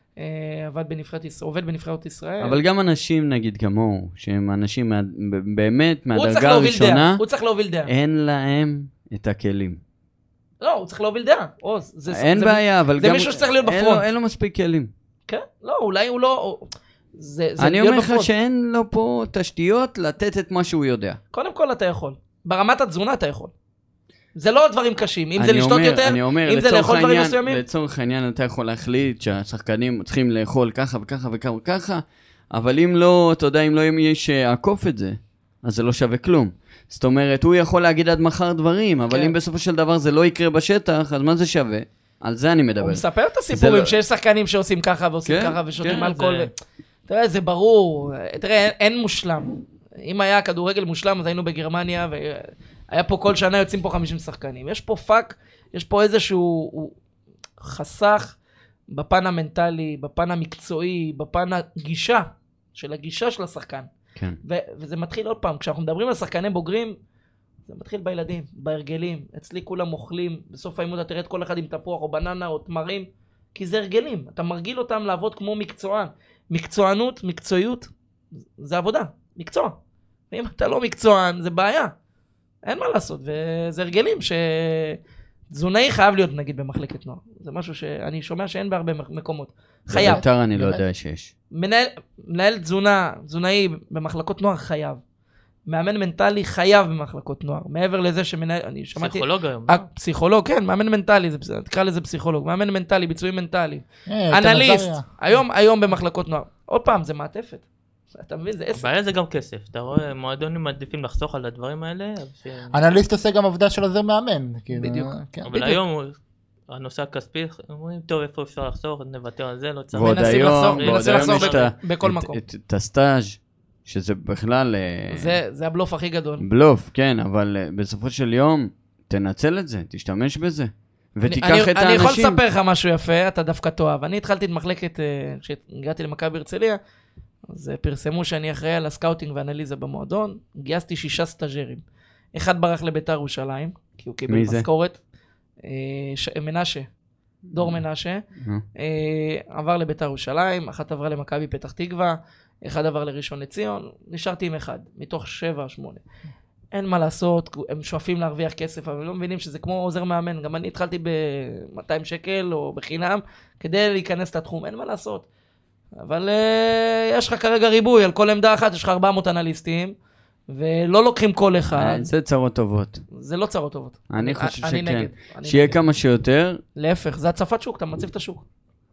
עובד בנבחרת ישראל. אבל גם אנשים נגיד כמוהו, שהם אנשים באמת מהדרגה הראשונה, הוא צריך להוביל דעה. אין להם את הכלים. לא, הוא צריך להוביל דעה. אין בעיה, אבל גם... זה מישהו שצריך להיות בפרונט. אין לו מספיק כלים. כן? לא, אולי הוא לא... אני אומר לך שאין לו פה תשתיות לתת את מה שהוא יודע. קודם כל אתה יכול. ברמת התזונה אתה יכול. זה לא דברים קשים. אם זה לשתות יותר, אם זה לאכול דברים מסוימים. לצורך העניין אתה יכול להחליט שהשחקנים צריכים לאכול ככה וככה וככה וככה, אבל אם לא, אתה יודע, אם לא יהיה שעקוף את זה, אז זה לא שווה כלום. זאת אומרת, הוא יכול להגיד עד מחר דברים, אבל אם בסופו של דבר זה לא יקרה בשטח, אז מה זה שווה? על זה אני מדבר. הוא מספר את הסיפורים שיש שחקנים שעושים ככה ועושים ככה ושותים אלכוהול. תראה, זה ברור. תראה, אין מושלם. אם היה כדורגל מושלם, אז היינו בגרמניה, והיה פה כל שנה יוצאים פה 50 שחקנים. יש פה פאק, יש פה איזשהו חסך בפן המנטלי, בפן המקצועי, בפן הגישה, של הגישה של השחקן. כן. וזה מתחיל עוד פעם, כשאנחנו מדברים על שחקני בוגרים, זה מתחיל בילדים, בהרגלים. אצלי כולם אוכלים, בסוף האימון אתה תראה את כל אחד עם תפוח או בננה או תמרים, כי זה הרגלים. אתה מרגיל אותם לעבוד כמו מקצוען. מקצוענות, מקצועיות, זה עבודה, מקצוע. ואם אתה לא מקצוען, זה בעיה. אין מה לעשות, וזה הרגלים תזונאי חייב להיות נגיד במחלקת נוער. זה משהו שאני שומע שאין בהרבה מקומות. חייב. בביתר אני לא יודע שיש. מנהל תזונאי במחלקות נוער חייב. מאמן מנטלי חייב במחלקות נוער. מעבר לזה שמנהל, אני שמעתי... פסיכולוג היום. פסיכולוג, כן, מאמן מנטלי, תקרא לזה פסיכולוג. מאמן מנטלי, ביצועים מנטלי. אנליסט, היום במחלקות נוער. עוד פעם, זה מעטפת. אתה מבין, זה עסק. הבעיה זה גם כסף. אתה רואה, מועדונים מעדיפים לחסוך על הדברים האלה. אנליסט עושה גם עבודה של עוזר מאמן. בדיוק. אבל היום... הנושא הכספי, אומרים, טוב, איפה אפשר לחסוך, נוותר על זה, לא צריך. מנסים לחסוך בכל מקום. את הסטאז' שזה בכלל... זה הבלוף הכי גדול. בלוף, כן, אבל בסופו של יום, תנצל את זה, תשתמש בזה, ותיקח את האנשים. אני יכול לספר לך משהו יפה, אתה דווקא תאהב. אני התחלתי את מחלקת, כשהגעתי למכבי הרצליה, אז פרסמו שאני אחראי על הסקאוטינג ואנליזה במועדון, גייסתי 6 סטאז'רים. אחד ברח לביתר ירושלים, כי הוא קיבל משכורת. מנשה, דור מנשה, עבר לביתר ירושלים, אחת עברה למכבי פתח תקווה, אחד עבר לראשון לציון, נשארתי עם אחד, מתוך 7-8. אין מה לעשות, הם שואפים להרוויח כסף, אבל לא מבינים שזה כמו עוזר מאמן, גם אני התחלתי ב-200 שקל או בחינם, כדי להיכנס לתחום, אין מה לעשות. אבל יש לך כרגע ריבוי, על כל עמדה אחת יש לך 400 אנליסטים, ולא לוקחים כל אחד. זה צרות טובות. זה לא צרות טובות. אני חושב שכן. שיהיה כמה שיותר. להפך, זה הצפת שוק, אתה מציב את השוק.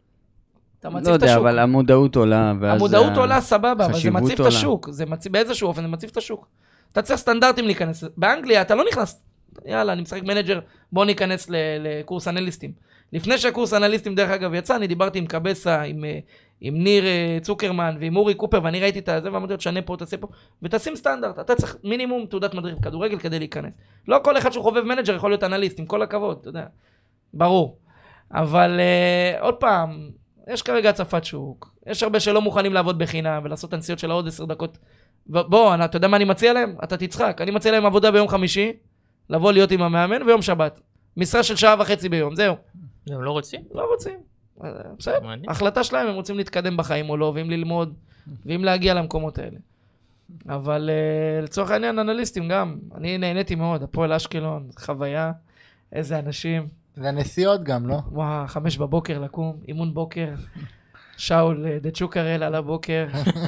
לא יודע, אבל המודעות עולה. המודעות עולה סבבה, אבל זה מציב את השוק. באיזשהו אופן זה מציב את השוק. אתה צריך סטנדרטים להיכנס. באנגליה אתה לא נכנס, יאללה, אני משחק מנג'ר, בוא ניכנס לקורס אנליסטים. לפני שהקורס אנליסטים דרך אגב יצא, אני דיברתי עם קבסה, עם ניר צוקרמן ועם אורי קופר, ואני ראיתי את זה, ואמרתי לו, תשנה פה, תעשה פה, ותשים סטנדרט. אתה צריך מינימום תעודת מדריך בכדורגל כדי להיכנס. לא כל אחד שהוא חובב מנג'ר יכול להיות אנליסט, עם כל הכבוד, אתה יודע. ברור. אבל עוד פעם, יש כרגע הצפת שוק. יש הרבה שלא מוכנים לעבוד בחינם, ולעשות הנסיעות של עוד 10 דקות. בוא, אתה יודע מה אני מציע להם? אתה תצחק. אני מציע להם עבודה ביום חמישי, לבוא להיות עם המאמן, ויום שבת. משרה של 1.5 שעות ביום, זהו. הם לא רוצים? לא רוצים. בסדר, החלטה שלהם, הם רוצים להתקדם בחיים או לא, ואם ללמוד, ואם להגיע למקומות האלה. אבל לצורך העניין, אנליסטים גם, אני נהניתי מאוד, הפועל אשקלון, חוויה, איזה אנשים. זה נסיעות גם, לא? וואו, 5 בבוקר לקום, אימון בוקר, שאול דצ'וקרל על הבוקר,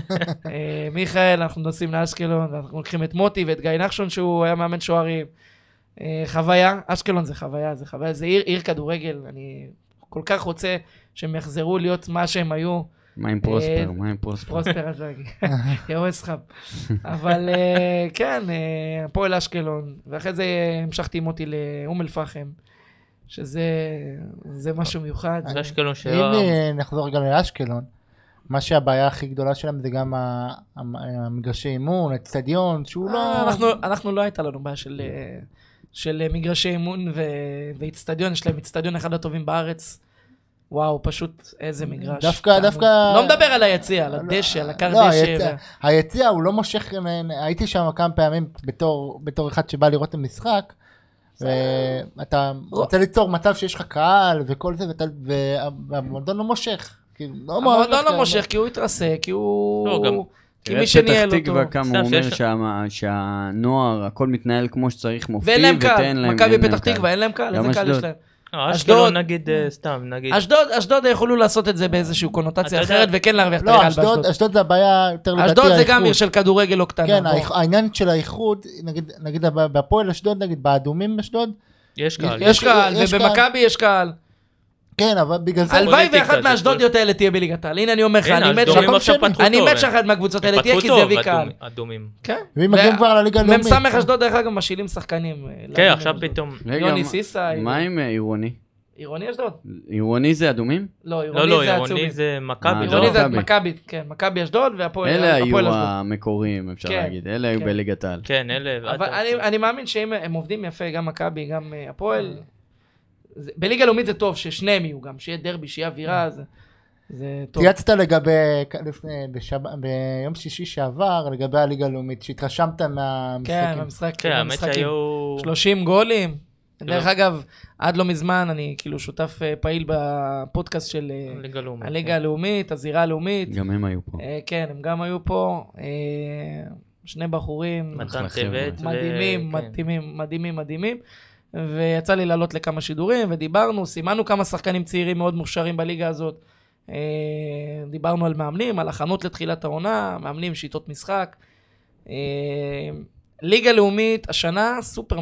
מיכאל, אנחנו נוסעים לאשקלון, ואנחנו לוקחים את מוטי ואת גיא נחשון, שהוא היה מאמן שוערים. חוויה, אשקלון זה חוויה, זה עיר כדורגל, אני כל כך רוצה שהם יחזרו להיות מה שהם היו. מה עם פרוספר? מה עם פרוספר? פרוספר, אז לא אגיד. יאורס חב. אבל כן, הפועל אשקלון, ואחרי זה המשכתי אותי לאום אל-פחם, שזה משהו מיוחד. זה אשקלון אם נחזור רגע לאשקלון, מה שהבעיה הכי גדולה שלהם זה גם המגרשי אימון, האצטדיון, שהוא לא... אנחנו לא הייתה לנו בעיה של מגרשי אימון ואצטדיון, יש להם אצטדיון אחד הטובים בארץ. וואו, פשוט איזה מגרש. דווקא... לא מדבר על היציע, על הדשא, על הקר דשא. היציע הוא לא מושך, הייתי שם כמה פעמים בתור אחד שבא לראות את המשחק, ואתה רוצה ליצור מצב שיש לך קהל וכל זה, והמועדון לא מושך. המועדון לא מושך, כי הוא התרסק, כי הוא... כי מי שניהל אותו. פתח תקווה כמה הוא אומר שהנוער, הכל מתנהל כמו שצריך, מופתי, ואין להם קהל. מכבי פתח תקווה, אין להם קהל, איזה קהל יש להם? אשדוד נגיד סתם, נגיד. אשדוד יכולו לעשות את זה באיזושהי קונוטציה אחרת, וכן להרוויח את הקהל באשדוד. אשדוד זה הבעיה יותר לדעתי האיחוד. אשדוד זה גם עיר של כדורגל לא קטנה. כן, העניין של האיחוד, נגיד בהפועל אשדוד, נגיד באדומים אשדוד. יש קהל. יש קהל, ובמכבי יש קהל. כן, אבל בגלל זה... הלוואי ואחת מהאשדודיות האלה תהיה בליגת העל. הנה אני אומר לך, אני מת שאחת מהקבוצות האלה תהיה, כי זה יביא קהל. אדומים. כן. ואם מגיעים כבר לליגה הלאומית. ממסמך אשדוד דרך אגב משילים שחקנים. כן, עכשיו פתאום. יוני סיסה. מה עם עירוני? עירוני אשדוד. עירוני זה אדומים? לא, עירוני זה מכבי. עירוני זה מכבי, כן. מכבי אשדוד והפועל אשדוד. אלה היו המקוריים, אפשר להגיד. אלה היו בליגת העל. כן, אלה. אבל אני מאמין שהם עובדים יפה, גם מכבי, גם הפועל. בליגה לאומית זה טוב ששניהם יהיו גם, שיהיה דרבי, שיהיה אווירה, זה טוב. תייצת לגבי, ביום שישי שעבר, לגבי הליגה הלאומית, שהתרשמת מהמשחקים. כן, המשחקים. 30 גולים. דרך אגב, עד לא מזמן, אני כאילו שותף פעיל בפודקאסט של הליגה הלאומית, הזירה הלאומית. גם הם היו פה. כן, הם גם היו פה. 2 בחורים. מדהימים. ויצא לי לעלות לכמה שידורים, ודיברנו, סימנו כמה שחקנים צעירים מאוד מוכשרים בליגה הזאת, דיברנו על מאמנים, על הכנות לתחילת העונה, מאמנים, שיטות משחק. ליגה לאומית, השנה סופר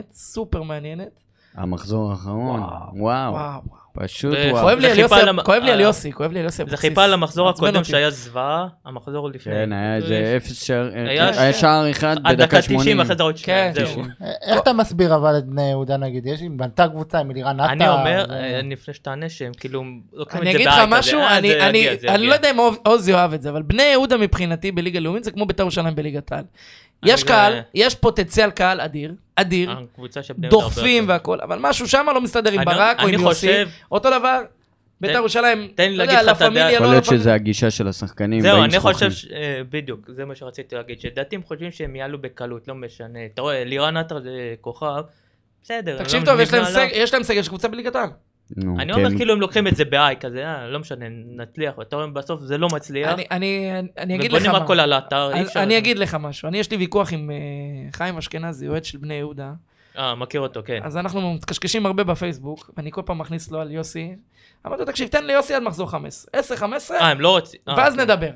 מעניינת. המחזור האחרון, וואו. פשוט וואו. כואב לי על יוסי. זה חיפה על המחזור הקודם שהיה זוועה, המחזור לפני. כן, היה איזה 0 שער, היה שער אחד בדקה 80. אחרי זה עוד כן, זהו. איך אתה מסביר אבל את בני יהודה נגיד? יש עם בנתה קבוצה עם אלירן נטה. אני אומר, לפני שתענה שהם כאילו לוקחים את זה אני אגיד לך משהו, אני לא יודע אם עוז יאהב את זה, אבל בני יהודה מבחינתי בליגה לאומית זה כמו בית"ר ירושלים בליגת העל. יש קהל, יש פוטנציאל קהל אדיר, דוחפים והכל, אבל משהו שם לא מסתדר עם ברק או עם יוסי. אותו דבר, בית"ר ירושלים, תן לי להגיד לך את הדעה. יכול להיות שזה הגישה של השחקנים. זהו, אני חושב, בדיוק, זה מה שרציתי להגיד, שדעתים חושבים שהם יעלו בקלות, לא משנה. אתה רואה, לירן עטר זה כוכב, בסדר. תקשיב טוב, יש להם סגל שקבוצה בליגת העל. אני אומר כאילו הם לוקחים את זה בעי כזה, לא משנה, נצליח, אתה רואה בסוף זה לא מצליח. אני אגיד לך ובונים הכל על האתר. אני אגיד לך משהו, יש לי ויכוח עם חיים אשכנזי, יועץ של בני יהודה. מכיר אותו, כן. אז אנחנו מתקשקשים הרבה בפייסבוק, ואני כל פעם מכניס לו על יוסי. אמרתי לו, תקשיב, תן ליוסי עד מחזור 15. 10-15, הם לא רוצים. ואז נדבר.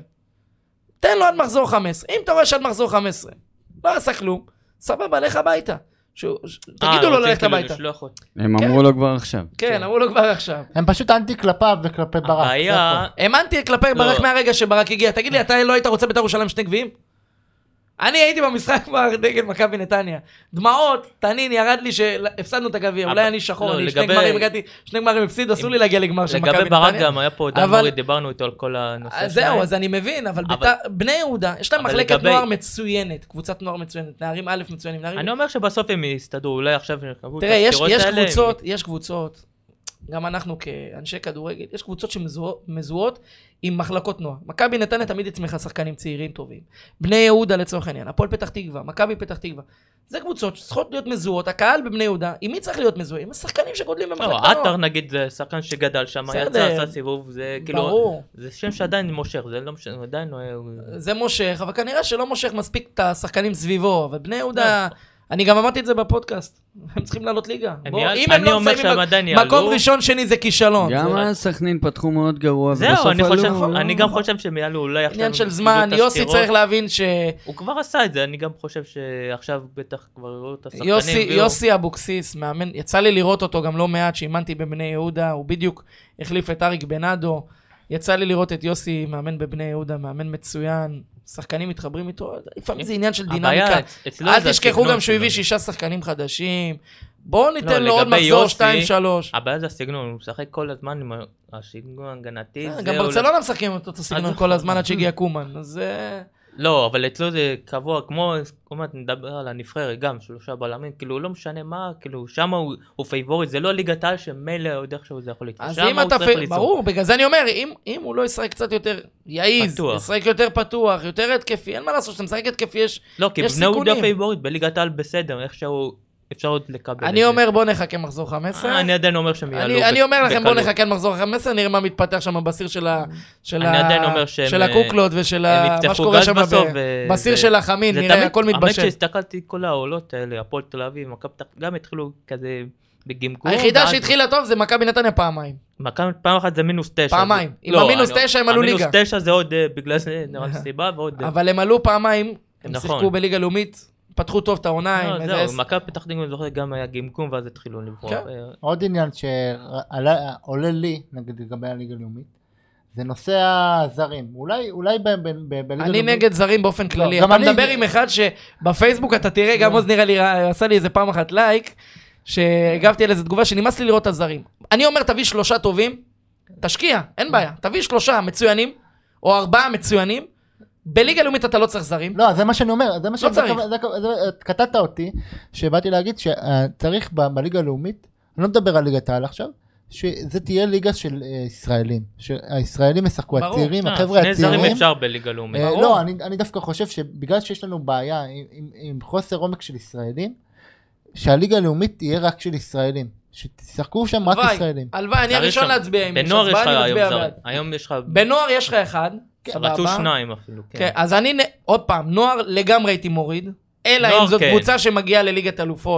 תן לו עד מחזור 15. אם אתה רואה שעד מחזור 15 לא עשה כלום, סבבה, לך הביתה. תגידו לו ללכת הביתה. הם אמרו לו כבר עכשיו. כן, אמרו לו כבר עכשיו. הם פשוט אנטי כלפיו וכלפי ברק. הם אנטי כלפי ברק מהרגע שברק הגיע. תגיד לי, אתה לא היית רוצה בית"ר ירושלים 2 גביעים? אני הייתי במשחק כבר נגד מכבי נתניה. דמעות, תנין, ירד לי שהפסדנו את הגביע. אולי אני שחור, אני שני גמרים הפסידו, אסור לי להגיע לגמר של מכבי נתניה. לגבי ברק גם היה פה דן מורי, דיברנו איתו על כל הנושא שלהם. זהו, אז אני מבין, אבל בני יהודה, יש להם מחלקת נוער מצוינת, קבוצת נוער מצוינת, נערים א' מצוינים. אני אומר שבסוף הם יסתדרו, אולי עכשיו... תראה, יש קבוצות, גם אנחנו כאנשי כדורגל, יש קבוצות שמזוהות עם מחלקות נוער. מכבי נתניה תמיד הצמיחה שחקנים צעירים טובים. בני יהודה לצורך העניין, הפועל פתח תקווה, מכבי פתח תקווה. זה קבוצות שצריכות להיות מזוהות, הקהל בבני יהודה, עם מי צריך להיות מזוהה? עם השחקנים שגודלים במחלקת נוער. עטר נגיד זה שחקן שגדל שם, יצא, עשה סיבוב, זה כאילו... זה שם שעדיין מושך, זה לא משנה, עדיין... זה מושך, אבל כנראה שלא מושך מספיק את השחקנים סביבו, אבל בני יהודה... אני גם אמרתי את זה בפודקאסט, הם צריכים לעלות ליגה. אם הם לא מסיימים מקום ראשון שני זה כישלון. גם הסכנין פתחו מאוד גרוע. זהו, אני גם חושב שהם יעלו אולי עכשיו. עניין של זמן, יוסי צריך להבין ש... הוא כבר עשה את זה, אני גם חושב שעכשיו בטח כבר יראו את השחקנים. יוסי אבוקסיס, מאמן, יצא לי לראות אותו גם לא מעט, שאימנתי בבני יהודה, הוא בדיוק החליף את אריק בנאדו. יצא לי לראות את יוסי, מאמן בבני יהודה, מאמן מצוין. שחקנים מתחברים איתו, לפעמים זה עניין של דינמיקה. אל תשכחו גם שהוא הביא 6 שחקנים חדשים. בואו ניתן לו עוד מחזור 2-3. הבעיה זה הסגנון, הוא משחק כל הזמן עם הסגנון הגנתי. גם ברצלונה משחקים אותו הסגנון כל הזמן עד שהגיע קומן. לא, אבל אצלו זה קבוע, כמו נדבר על הנבחרת גם, 3 בלמים, כאילו לא משנה מה, כאילו שם הוא פייבוריט, זה לא ליגת העל שמילא עוד איכשהו זה יכול להתקשר. אז אם אתה ברור, בגלל זה אני אומר, אם הוא לא ישחק קצת יותר יעיז, ישחק יותר פתוח, יותר התקפי, אין מה לעשות, שאתה משחק התקפי, יש סיכונים. לא, כי בני יהודה פייבוריט בליגת העל בסדר, איכשהו אפשר עוד לקבל. אני אומר בוא נחכה מחזור 15. אני עדיין אומר שהם יעלו. אני אומר לכם בוא נחכה מחזור 15, נראה מה מתפתח שם בסיר של הקוקלות ושל מה שקורה שם בסיר של החמין, נראה הכל מתבשל. האמת שהסתכלתי כל העולות האלה, הפועל תל אביב, גם התחילו כזה בגמגום. היחידה שהתחילה טוב זה מכבי נתניה פעמיים. פעם אחת זה -9. פעמיים. עם ה-9 הם עלו ליגה. ה-9 זה עוד בגלל זה נראה לי סיבה ועוד... אבל הם עלו פעמיים, הם שיחקו בליגה לאומית. פתחו טוב את העונה. זהו, מכבי פתח תקווה זוכר גם היה גמגום ואז התחילו לברוח. עוד עניין שעולה לי, נגיד לגבי הליגה הלאומית, זה נושא הזרים. אולי בליגה... אני נגד זרים באופן כללי. אתה מדבר עם אחד שבפייסבוק אתה תראה, גם עוז נראה לי, עשה לי איזה פעם אחת לייק, שהגבתי על איזה תגובה שנמאס לי לראות את הזרים. אני אומר תביא 3 טובים, תשקיע, אין בעיה. תביא 3 מצוינים, או 4 מצוינים, בליגה לאומית אתה לא צריך זרים. לא, זה מה שאני אומר, לא צריך. קטעת אותי, שבאתי להגיד שצריך בליגה הלאומית, אני לא מדבר על ליגת העל עכשיו, שזה תהיה ליגה של ישראלים, שהישראלים ישחקו, הצעירים, החבר'ה הצעירים. שני זרים אפשר בליגה לאומית. לא, אני דווקא חושב שבגלל שיש לנו בעיה עם חוסר עומק של ישראלים, שהליגה הלאומית תהיה רק של ישראלים. שתשחקו שם רק ישראלים. הלוואי, אני הראשון להצביע עם בנוער יש לך היום זרים. בנוער יש לך אחד. רצו 2 אפילו. כן, אז אני, עוד פעם, נוער לגמרי הייתי מוריד, אלא אם זאת קבוצה שמגיעה לליגת אלופות,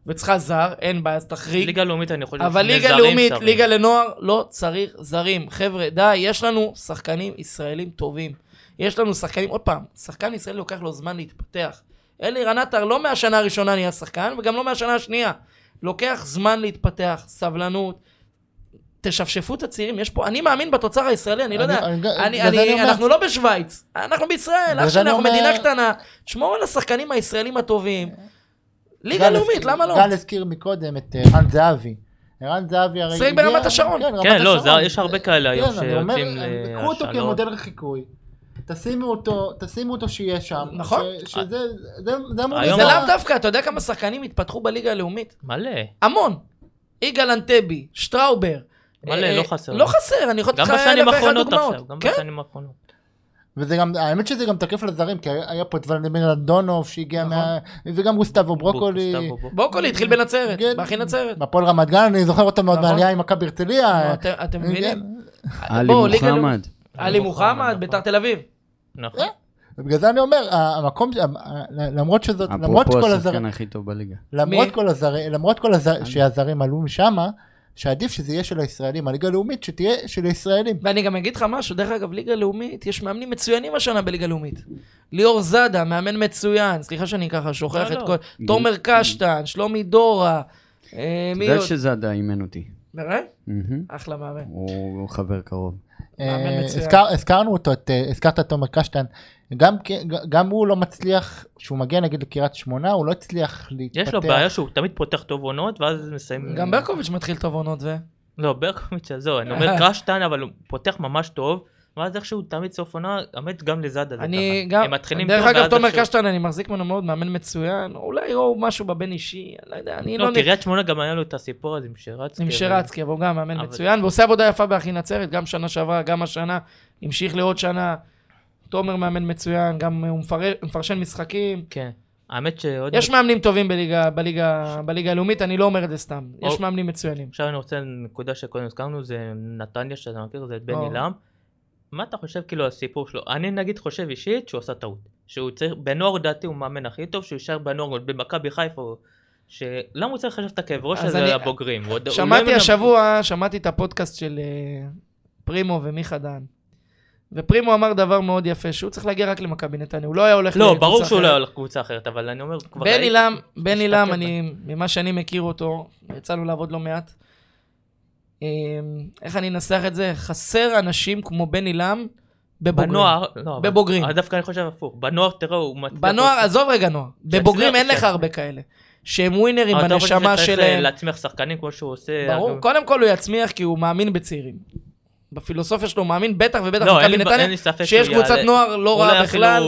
וצריכה זר, אין בעיה, אז תחריג. ליגה לאומית אני חושב. אבל ליגה לאומית, ליגה לנוער, לא צריך זרים. חבר'ה, די, יש לנו שחקנים ישראלים טובים. יש לנו שחקנים, עוד פעם, שחקן ישראלי לוקח לו זמן להתפתח. אלירן עטר לא מהשנה הראשונה נהיה שחקן, וגם לא מהשנה השנייה. לוקח זמן להתפתח, סבלנות. תשפשפו את הצעירים, יש פה, אני מאמין בתוצר הישראלי, אני לא יודע, אנחנו לא בשוויץ, אנחנו בישראל, אנחנו מדינה קטנה, שמור על השחקנים הישראלים הטובים, ליגה לאומית, למה לא? גל הזכיר מקודם את ערן זהבי. ערן זהבי הרי... שחק ברמת השרון. כן, לא, יש הרבה כאלה היום שיוצאים להשאלות. קחו אותו כמודל לחיקוי. תשימו אותו שיהיה שם. נכון. זה לאו דווקא, אתה יודע כמה שחקנים התפתחו בליגה הלאומית? מלא. המון. יגאל אנטבי, שטראובר. מלא, לא חסר. לא חסר, אני יכול גם בשנים האחרונות עכשיו, גם בשנים האחרונות. וזה גם, האמת שזה גם תקף לזרים, כי היה פה את ולדימיר אנדונוב שהגיע וגם גוסטבו ברוקולי. ברוקולי התחיל בנצרת, באחי נצרת. בפועל רמת גן, אני זוכר אותו מאוד מעלייה עם מכבי הרצליה. אתם מבינים? עלי מוחמד. עלי מוחמד, בית"ר תל אביב. נכון. ובגלל זה אני אומר, המקום, למרות שזאת, למרות כל הזרים, אפרופו השחקן הכי טוב בליגה. למרות כל שהזרים עלו משם, שעדיף שזה יהיה של הישראלים, הליגה הלאומית שתהיה של הישראלים. ואני גם אגיד לך משהו, דרך אגב, ליגה לאומית, יש מאמנים מצוינים השנה בליגה לאומית. ליאור זאדה, מאמן מצוין, סליחה שאני ככה שוכח את כל... תומר קשטן, שלומי דורה. אתה יודע שזאדה אימן אותי. באמת? אחלה מאמן. הוא חבר קרוב. הזכרנו אותו, הזכרת את תומר קשטן, גם הוא לא מצליח, שהוא מגיע נגיד לקריית שמונה, הוא לא הצליח להתפתח. יש לו בעיה שהוא תמיד פותח טוב עונות, ואז מסיים... גם ברקוביץ' מתחיל טוב עונות לא, ברקוביץ' הזו, אני אומר קשטן, אבל הוא פותח ממש טוב, ואז איכשהו תמיד סוף עונה, האמת גם לזאדה זה ככה. דרך אגב, תומר קשטן, אני מחזיק ממנו מאוד, מאמן מצוין, אולי הוא משהו בבין אישי, אני לא יודע, אני לא... קריית שמונה גם היה לו את הסיפור הזה עם שרצקי. עם שרצקי, אבל הוא גם מאמן מצוין, ועושה עבודה יפה באחי נצרת, גם שנה שעברה, גם השנה, המשיך לעוד שנה. תומר מאמן מצוין, גם הוא מפרשן משחקים. כן. האמת שעוד... יש מאמנים טובים בליגה הלאומית, אני לא אומר את זה סתם. יש מאמנים מצוינים. עכשיו אני רוצה נקודה שקודם הזכרנו, זה נתניה שאתה מכיר, זה בני לם. מה אתה חושב כאילו הסיפור שלו? אני נגיד חושב אישית שהוא עשה טעות. שהוא צריך, בנוער דעתי הוא מאמן הכי טוב, שהוא יישאר בנוער, במכבי חיפה, למה הוא צריך לחשב את הכאב ראש הזה הבוגרים? שמעתי השבוע, שמעתי את הפודקאסט של פרימו ומיכה דן. ופרימו אמר דבר מאוד יפה, שהוא צריך להגיע רק למכבי נתניה, הוא לא היה הולך לקבוצה אחרת. לא, ברור שהוא לא היה הולך לקבוצה אחרת, אבל אני אומר... בני לם, ממה שאני מכיר אותו, יצא לו לעבוד לא מעט, איך אני אנסח את זה? חסר אנשים כמו בני לם בבוגרים. בנוער, בבוגרים. דווקא אני חושב הפוך. בנוער תראה, הוא... בנוער, עזוב רגע נוער. בבוגרים אין לך הרבה כאלה. שהם ווינרים בנשמה שלהם. אתה חושב להצמיח שחקנים כמו שהוא עושה... ברור, קודם כל הוא יצמיח כי הוא מאמין בצעירים. בפילוסופיה שלו הוא מאמין בטח ובטח מכבי נתניה, שיש קבוצת נוער לא רעה בכלל,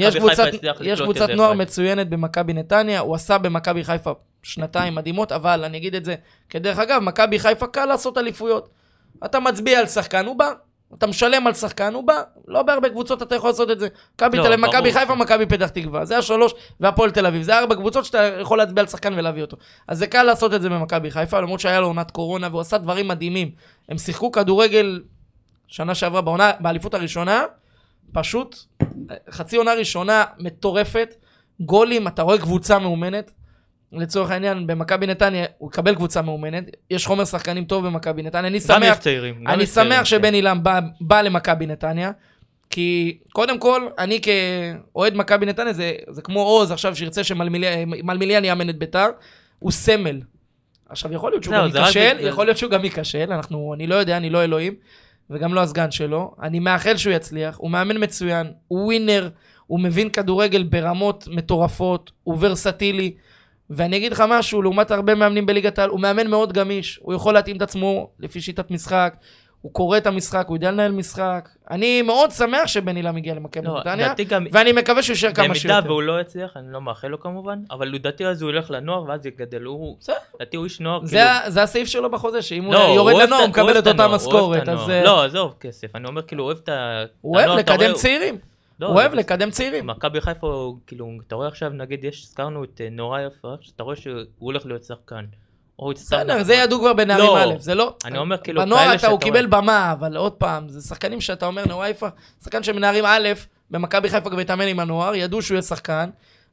יש קבוצת נוער מצוינת במכבי נתניה, הוא עשה במכבי חיפה שנתיים מדהימות, אבל אני אגיד את זה, כדרך אגב, מכבי חיפה קל לעשות אליפויות, אתה מצביע על שחקן, הוא בא, אתה משלם על שחקן, הוא בא, לא בהרבה קבוצות אתה יכול לעשות את זה, מכבי חיפה, מכבי פתח תקווה, זה השלוש, והפועל תל אביב, זה 4 קבוצות שאתה יכול להצביע על שחקן ולהביא אותו, אז זה קל לעשות את זה במכבי חיפה, למרות שהיה לו עונת קורונה, והוא עשה דברים מדהימים, הם שיחקו כדורגל שנה שעברה באליפות הראשונה, פשוט חצי עונה ראשונה מטורפת, גולים, אתה רואה קבוצה מאומנת, לצורך העניין במכבי נתניה הוא יקבל קבוצה מאומנת, יש חומר שחקנים טוב במכבי נתניה, אני שמח שבני לם בא למכבי נתניה, כי קודם כל אני כאוהד מכבי נתניה, זה כמו עוז עכשיו שירצה שמלמיליאן יאמן את בית"ר, הוא סמל, עכשיו יכול להיות שהוא גם ייכשל, יכול להיות שהוא גם ייכשל, אני לא יודע, אני לא אלוהים, וגם לא הסגן שלו, אני מאחל שהוא יצליח, הוא מאמן מצוין, הוא ווינר, הוא מבין כדורגל ברמות מטורפות, הוא ורסטילי, ואני אגיד לך משהו, לעומת הרבה מאמנים בליגת העל, הוא מאמן מאוד גמיש, הוא יכול להתאים את עצמו לפי שיטת משחק, הוא קורא את המשחק, הוא יודע לנהל משחק, אני מאוד שמח שבני לם הגיע למכבי נתניה, ואני מקווה שהוא יישאר כמה שיותר. במידה והוא לא יצליח, אני לא מאחל לו כמובן, אבל לדעתי אז הוא ילך לנוער ואז יגדל, לדעתי הוא איש נוער. זה הסעיף שלו בחוזה, שאם הוא יורד לנוער הוא מקבל את אותה משכורת. לא, עזוב כסף, אני אומר כאילו הוא אוהב את הנוער. הוא אוהב לקדם צעירים. הוא אוהב לקדם צעירים. מכבי חיפה, כאילו, אתה רואה עכשיו, נגיד, הזכרנו את נורא יפה, שאתה רואה שהוא הולך להיות שחקן. בסדר, זה ידעו כבר בנערים א', זה לא... אני אומר כאילו... בנוער הוא קיבל במה, אבל עוד פעם, זה שחקנים שאתה אומר, נורא יפה, שחקן שמנערים א', במכבי חיפה כבר התאמן עם הנוער, ידעו שהוא יהיה שחקן,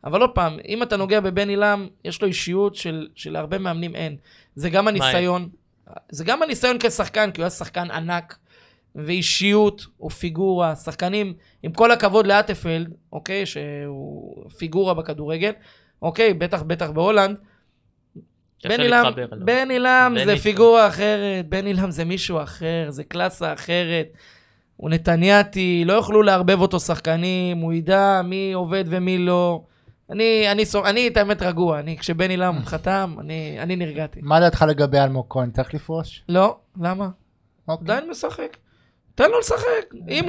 אבל עוד פעם, אם אתה נוגע בבן אילם, יש לו אישיות של הרבה מאמנים אין. זה גם הניסיון, כשחקן, כי הוא היה שחקן ענק, ואישיות או פיגורה, שחקנים, עם כל הכבוד לאטפלד, אוקיי, שהוא פיגורה בכדורגל, אוקיי, בטח בהולנד, בן אילם זה פיגורה אחרת, בן אילם זה מישהו אחר, זה קלאסה אחרת, הוא נתניאתי, לא יוכלו להרבב אותו שחקנים, הוא ידע מי עובד ומי לא. אני את האמת רגוע, כשבן אילם חתם, אני נרגעתי. מה דעתך לגבי אלמוג כהן? צריך לפרוש? לא, למה? עדיין משחק. תן לו לשחק.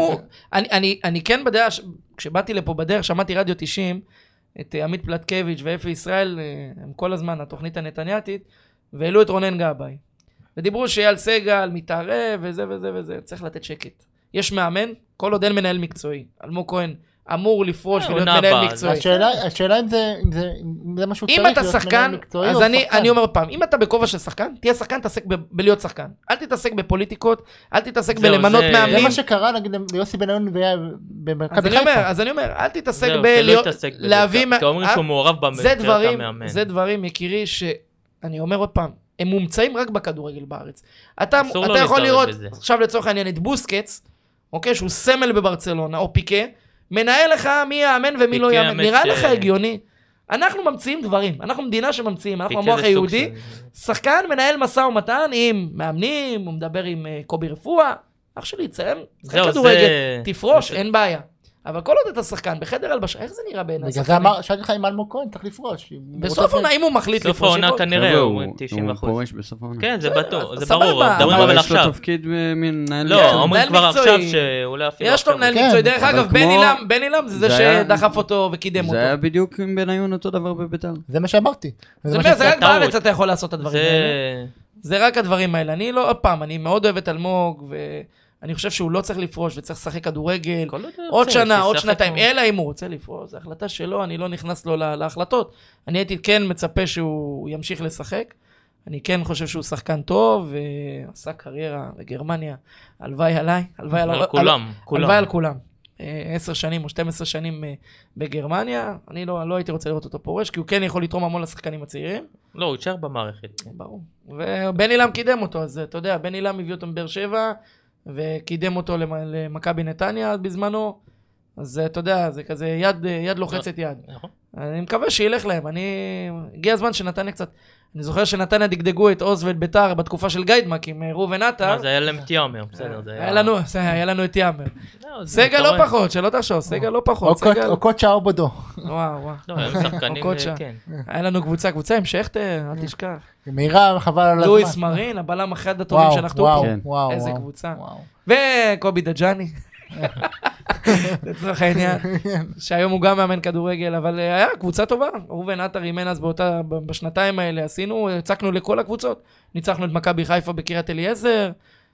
אני כן בדרך, כשבאתי לפה בדרך, שמעתי רדיו 90, את עמית פלטקביץ' ואפי ישראל, הם כל הזמן, התוכנית הנתניאתית, והעלו את רונן גבאי. ודיברו שאייל סגל מתערב וזה וזה וזה, צריך לתת שקט. יש מאמן, כל עוד אין מנהל מקצועי. אלמוג כהן אמור לפרוש ולהיות מנהל מקצועי. השאלה אם זה משהו צריך להיות מנהל מקצועי או שחקן. אז אני אומר פעם, אם אתה בכובע של שחקן, תהיה שחקן, תעסק בלהיות שחקן. אל תתעסק בפוליטיקות, אל תתעסק בלמנות מאמנים. זה מה שקרה, נגיד, ליוסי בניון במכבי חיפה. אז אני אומר, אל תתעסק להביא... כי אומרים שהוא מעורב במבחרת המאמן. זה דברים, יקירי, שאני אומר עוד פעם, הם מומצאים רק בכדורגל בארץ. אתה יכול לראות, עכשיו לצורך העניין, את בוסקץ, אוקיי, שהוא סמל בברצלונה, או פיקה, מנהל לך מי יאמן ומי לא יאמן. נראה לך הגיוני. אנחנו ממציאים דברים. אנחנו מדינה שממציאים. אנחנו המוח היהודי. שחקן מנהל משא ומתן עם מאמנים, הוא מדבר עם קובי רפואה. אח שלי, יצאים, שחק כדורגל, תפרוש, אין בעיה. אבל כל עוד אתה שחקן בחדר הלבשה, איך זה נראה בעיני השחקנים? בגלל זה שאלתי לך עם אלמוג כהן, צריך לפרוש. בסוף העונה, אם הוא מחליט לפרוש, בסוף העונה כנראה הוא 90%. הוא פורש בסוף העונה. כן, זה בטוח, זה ברור. מדברים אבל עכשיו. יש לו תפקיד מנהל לא, אומרים כבר עכשיו שהוא לא אפילו... יש לו מנהל מקצועי. דרך אגב, בן אילם זה שדחף אותו וקידם אותו. זה היה בדיוק עם בניון אותו דבר בביתר. זה מה שאמרתי. זה רק בארץ אתה יכול לעשות את הדברים האלה. זה רק הדברים האלה. אני לא, עוד פעם, אני מאוד אוהב את אלמוג אני חושב שהוא לא צריך לפרוש וצריך לשחק כדורגל, עוד שנה, עוד שנתיים, אלא אם הוא רוצה לפרוש, זו החלטה שלו, אני לא נכנס לו להחלטות. אני הייתי כן מצפה שהוא ימשיך לשחק, אני כן חושב שהוא שחקן טוב, ועשה קריירה בגרמניה, הלוואי עליי, הלוואי על כולם. 10 שנים או 12 שנים בגרמניה, אני לא הייתי רוצה לראות אותו פורש, כי הוא כן יכול לתרום המון לשחקנים הצעירים. לא, הוא יישאר במערכת. ברור. ובן אילם קידם אותו, אז אתה יודע, בן אילם הביא אותו מבאר שבע, וקידם אותו למכבי נתניה בזמנו, אז אתה יודע, זה כזה יד לוחצת יד. אני מקווה שילך להם, הגיע הזמן שנתניה קצת, אני זוכר שנתניה דגדגו את עוז ואת ביתר בתקופה של גיידמק עם ראובן עטר. זה היה להם את יאמר, בסדר. היה לנו את יאמר. סגל לא פחות, שלא תחשוב, סגל לא פחות. או קוצ'ה או בדו. וואו. לא, הם שחקנים, כן. היה לנו קבוצה עם שכטר, אל תשכח. מהירה, חבל על הזמן. לואיס מרין, הבלם אחד הטובים שנחתו פה. איזה קבוצה. וקובי דג'אני. לצורך העניין, שהיום הוא גם מאמן כדורגל, אבל היה קבוצה טובה. ראובן עטר אימן אז בשנתיים האלה, הצקנו לכל הקבוצות. ניצחנו את מכבי חיפה בקריית אליעזר,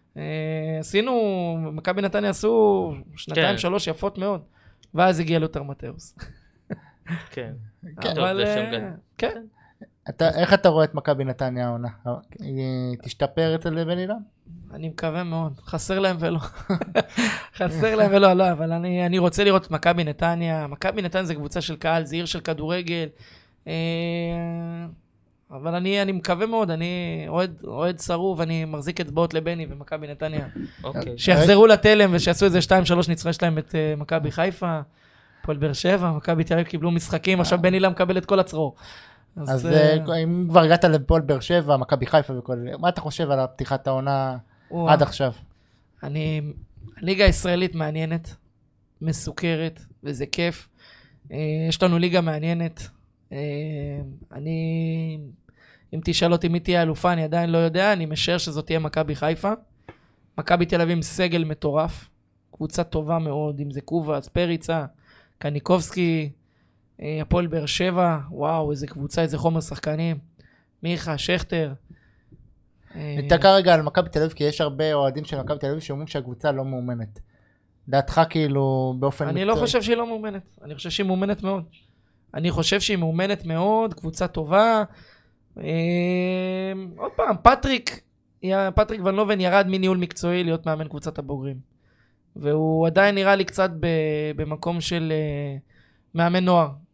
מכבי נתניה עשו 2-3 יפות מאוד, ואז הגיע לותר מתאוס. כן. אבל כן. איך אתה רואה את מכבי נתניה העונה? היא תשתפר אצל בן אילם? אני מקווה מאוד, חסר להם ולא, לא, אבל אני רוצה לראות את מכבי נתניה. מכבי נתניה זה קבוצה של קהל, זה עיר של כדורגל, אבל אני מקווה מאוד, אני אוהד שרוף, אני מחזיק אצבעות לבני ומכבי נתניה, שיחזרו לתלם ושיעשו איזה 2-3 ניצחון שלהם את מכבי חיפה, פועל באר שבע, מכבי תל אביב קיבלו משחקים, עכשיו בני אילם מקבל את כל הצרור. אז אם כבר הגעת לפועל באר שבע, מכבי חיפה וכל זה, מה אתה חושב על פתיחת העונה עד עכשיו? הליגה הישראלית מעניינת, מסוכרת, וזה כיף. יש לנו ליגה מעניינת. אם תשאל אותי מי תהיה אלופה, אני עדיין לא יודע, אני משער שזאת תהיה מכבי חיפה. מכבי תל אביב עם סגל מטורף, קבוצה טובה מאוד, אם זה קובאס, פריצה, קניקובסקי, הפועל באר שבע, וואו, איזה קבוצה, איזה חומר שחקנים, מיכה, שכטר. ניתן כרגע על מכבי תל אביב, כי יש הרבה אוהדים של מכבי תל אביב שאומרים שהקבוצה לא מאומנת. דעתך כאילו באופן אני לא חושב שהיא לא מאומנת, אני חושב שהיא מאומנת מאוד. קבוצה טובה. עוד פעם, פטריק ון לובן ירד מניהול מקצועי להיות מאמן קבוצת הבוגרים. והוא עדיין נראה לי קצת במקום של מאמן נוער.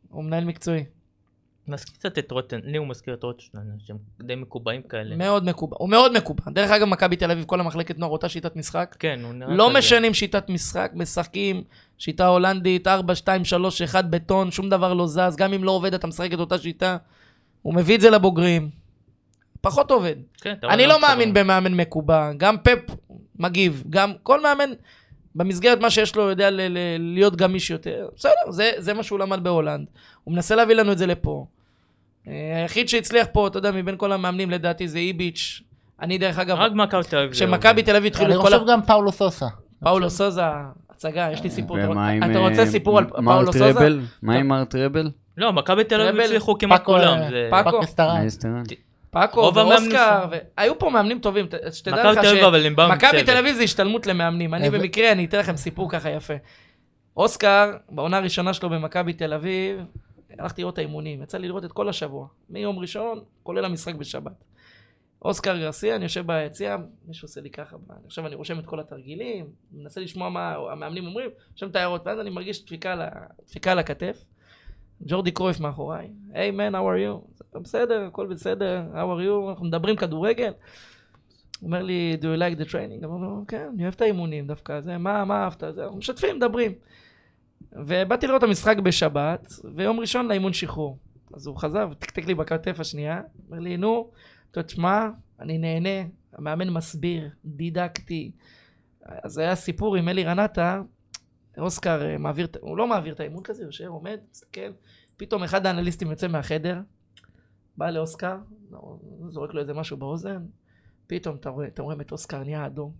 הוא מנהל מקצועי. מזכיר קצת את רוטן, לי הוא מזכיר את רוטשטיין, שהם די מקובעים כאלה. מאוד מקובע, הוא מאוד מקובע. דרך אגב, מכבי תל אביב, כל המחלקת נוער, אותה שיטת משחק. כן, הוא נראה לא כזה. משנים שיטת משחק, משחקים, שיטה הולנדית, 4, 2, 3, 1 בטון, שום דבר לא זז, גם אם לא עובד, אתה משחק את אותה שיטה. הוא מביא את זה לבוגרים. פחות עובד. כן, אני לא מאמין במאמן מקובע, גם פפ מגיב, גם כל מאמן במסגרת מה שיש לו יודע להיות גמיש יותר. בסדר, זה מה שהוא למד בהולנד. הוא מנסה להביא לנו את זה לפה. היחיד שהצליח פה, אתה יודע, מבין כל המאמנים, לדעתי זה איביץ'. אני דרך אגב, רק מכבי תל אביב. כשמכבי תל אביב התחילו אני את כל חושב גם פאולו סוסה. פאולו סוזה, הצגה, יש לי סיפור. ומה עם, אתה רוצה סיפור על מר פאולו סוזה? טראבל? מה עם מר טראבל? לא, מכבי תל אביב טראבל, הצליחו כמעט פאקו, כולם. פאקו. אסטרן. האסטרן? פאקו רוב המאמנים ואוסקר, היו פה מאמנים טובים, שתדע מכבי לך תל אביב, אבל הם באו עם מכבי צוות. תל אביב זה השתלמות למאמנים. אני במקרה, אני אתן לכם סיפור ככה יפה. אוסקר, בעונה הראשונה שלו במכבי תל אביב, הלכתי לראות את האימונים, יצא לי לראות את כל השבוע, מיום ראשון, כולל המשחק בשבת. אוסקר גרסיה, אני יושב ביציע, מישהו עושה לי ככה, עכשיו אני רושם את כל התרגילים, מנסה לשמוע מה המאמנים אומרים, רושם את ההערות, ואז אני מרגיש דפיקה על הכתף. ג'ורדי קרויף מאחוריי, היי מן, how are you? בסדר, הכל בסדר, how are you? אנחנו מדברים כדורגל. הוא אומר לי, do you like the training? אמרנו לו, כן, אני אוהב את האימונים דווקא, זה, מה אהבת? אנחנו משתפים, מדברים. ובאתי לראות את המשחק בשבת, ויום ראשון לאימון שחרור. אז הוא חזר ותקתק לי בכתף השנייה, אומר לי, נו, תשמע, אני נהנה, המאמן מסביר, דידקטי. אז זה היה סיפור עם אלי רנטה, אוסקר הוא לא מעביר את האימון כזה, יושב, עומד, מסתכל, פתאום אחד האנליסטים יוצא מהחדר, בא לאוסקר, זורק לו איזה משהו באוזן, פתאום אתה רואה את אוסקר נהיה אדום.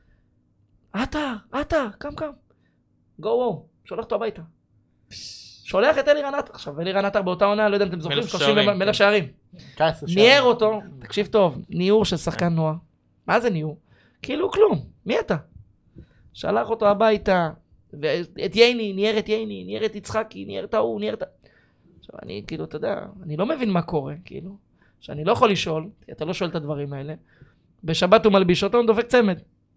אתה, קם, גו, שולח אותו הביתה. שולח את אלי רנטה. עכשיו, אלי רנטה באותה עונה, לא יודע אם אתם זוכרים, 30 מלך שערים. ניער אותו, תקשיב טוב, ניעור של שחקן נוער. מה זה ניעור? כאילו כלום, מי אתה? שלח אותו הביתה, ואת ייני, ניער את ייני, ניער את יצחקי, ניער את ההוא, ניער את... עכשיו, אני כאילו, אתה יודע, אני לא מבין מה קורה, כאילו, שאני לא יכול לשאול, אתה לא שואל את הדברים האלה. בשבת הוא מלביש אותו, הוא דופק צמד.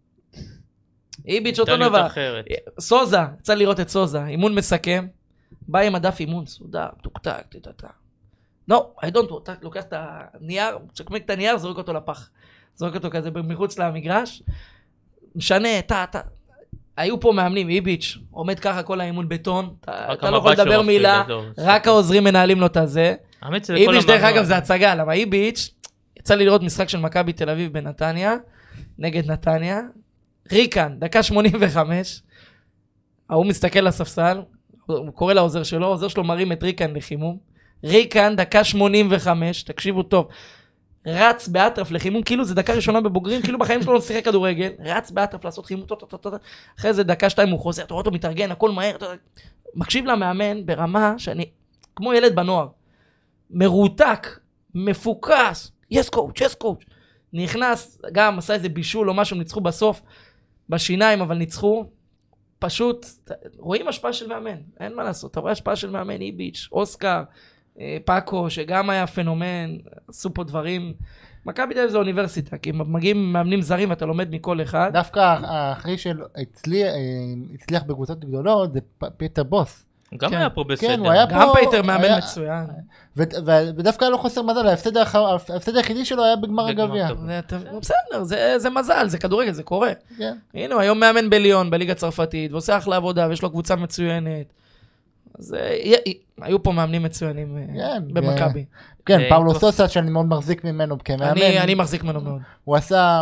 איביץ' אותו דבר. סוזה, יצא לראות את סוזה, אימון מסכם, בא עם הדף אימון, סודר, תוקתק, תתתה. לא, I don't want, לוקח את הנייר, צ'קמק את הנייר, זורק אותו לפח. זורק אותו כזה מחוץ למגרש, משנה, היו פה מאמנים, איביץ' עומד ככה כל האימון בטון, אתה לא יכול לדבר מילה, רק העוזרים מנהלים לו את הזה. איביץ' דרך אגב זה הצגה, למה איביץ' יצא לי לראות משחק של מכבי תל אביב בנתניה, נגד נתניה, ריקן, דקה 85, ההוא מסתכל לספסל, הוא קורא לעוזר שלו, העוזר שלו מרים את ריקן לחימום, ריקן, דקה 85, תקשיבו טוב, רץ באטרף לחימום, כאילו זה דקה ראשונה בבוגרים, כאילו בחיים שלו לא שיחק כדורגל, רץ באטרף לעשות חימום, אחרי זה דקה 2 הוא חוזר, אתה רואה אותו מתארגן, הכל מהר, מקשיב למאמן ברמה שאני, כמו ילד בנוער, מרותק, מפוקס, yes coach, נכנס, גם עשה איזה בישול או משהו, ניצחו בסוף, בשיניים, אבל ניצחו, פשוט, רואים השפעה של מאמן, אין מה לעשות, אתה רואה השפעה של מאמן, איביץ', אוסקר, פאקו, שגם היה פנומן, עשו פה דברים, מכבי תל אביב זה אוניברסיטה, כי מגיעים מאמנים זרים ואתה לומד מכל אחד. דווקא אחרי שהצליח בקבוצות גדולות, זה פיטר בוס. גם היה פה בסדר. גם פיטר מאמן מצוין. ודווקא לא חוסר מזל, ההפסד היחידי שלו היה בגמר הגביע. בסדר, זה מזל, זה כדורגל, זה קורה. הנה, היום מאמן בליון, בליגה הצרפתית, ועושה אחלה עבודה, ויש לו קבוצה מצוינת. אז היו פה מאמנים מצוינים במכבי. כן, פאולו סוסה, שאני מאוד מחזיק ממנו כמאמן. אני מחזיק ממנו מאוד. הוא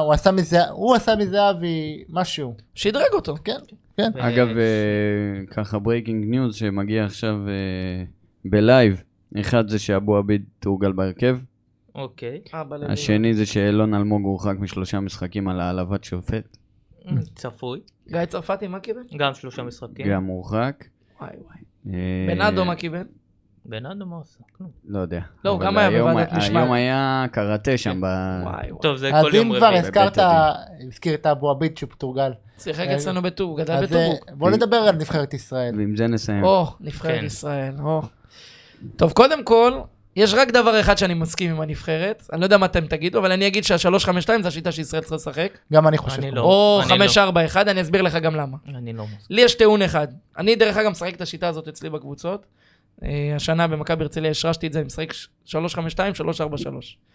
עשה מזהבי משהו. שדרג אותו. כן. אגב, ככה ברייקינג ניוז שמגיע עכשיו בלייב. אחד זה שאבו עביד תורגל בהרכב. אוקיי. השני זה שאלון אלמוג הורחק מ3 משחקים על העלבת שופט. צפוי. גיא צרפתי, מה קיבל? גם 3 משחקים. גם הורחק. וואי. בנאדו מה קיבל? בנאדו מה עושה? לא יודע. לא, הוא גם היה בוועדת משמעת. היום היה קראטה שם. טוב, זה כל יום רביעי. אז אם כבר הזכיר את אבו עביד שפתורגל. שיחק אצלנו בטור, גדל בטורוק. בוא נדבר על נבחרת ישראל. ועם זה נסיים. נבחרת ישראל. טוב, קודם כל, יש רק דבר אחד שאני מסכים עם הנבחרת. אני לא יודע מה אתם תגידו, אבל אני אגיד שה-3-5-2 זה השיטה שישראל צריכה לשחק. גם אני חושב. או 5-4-1, אני אסביר לך גם למה. אני לא. לי יש טיעון אחד. אני דרך אגב משחק את השיטה הזאת אצלי בקבוצות. השנה במכבי הרצליה השרשתי את זה, אני משחק 3-5-2, 3-4-3.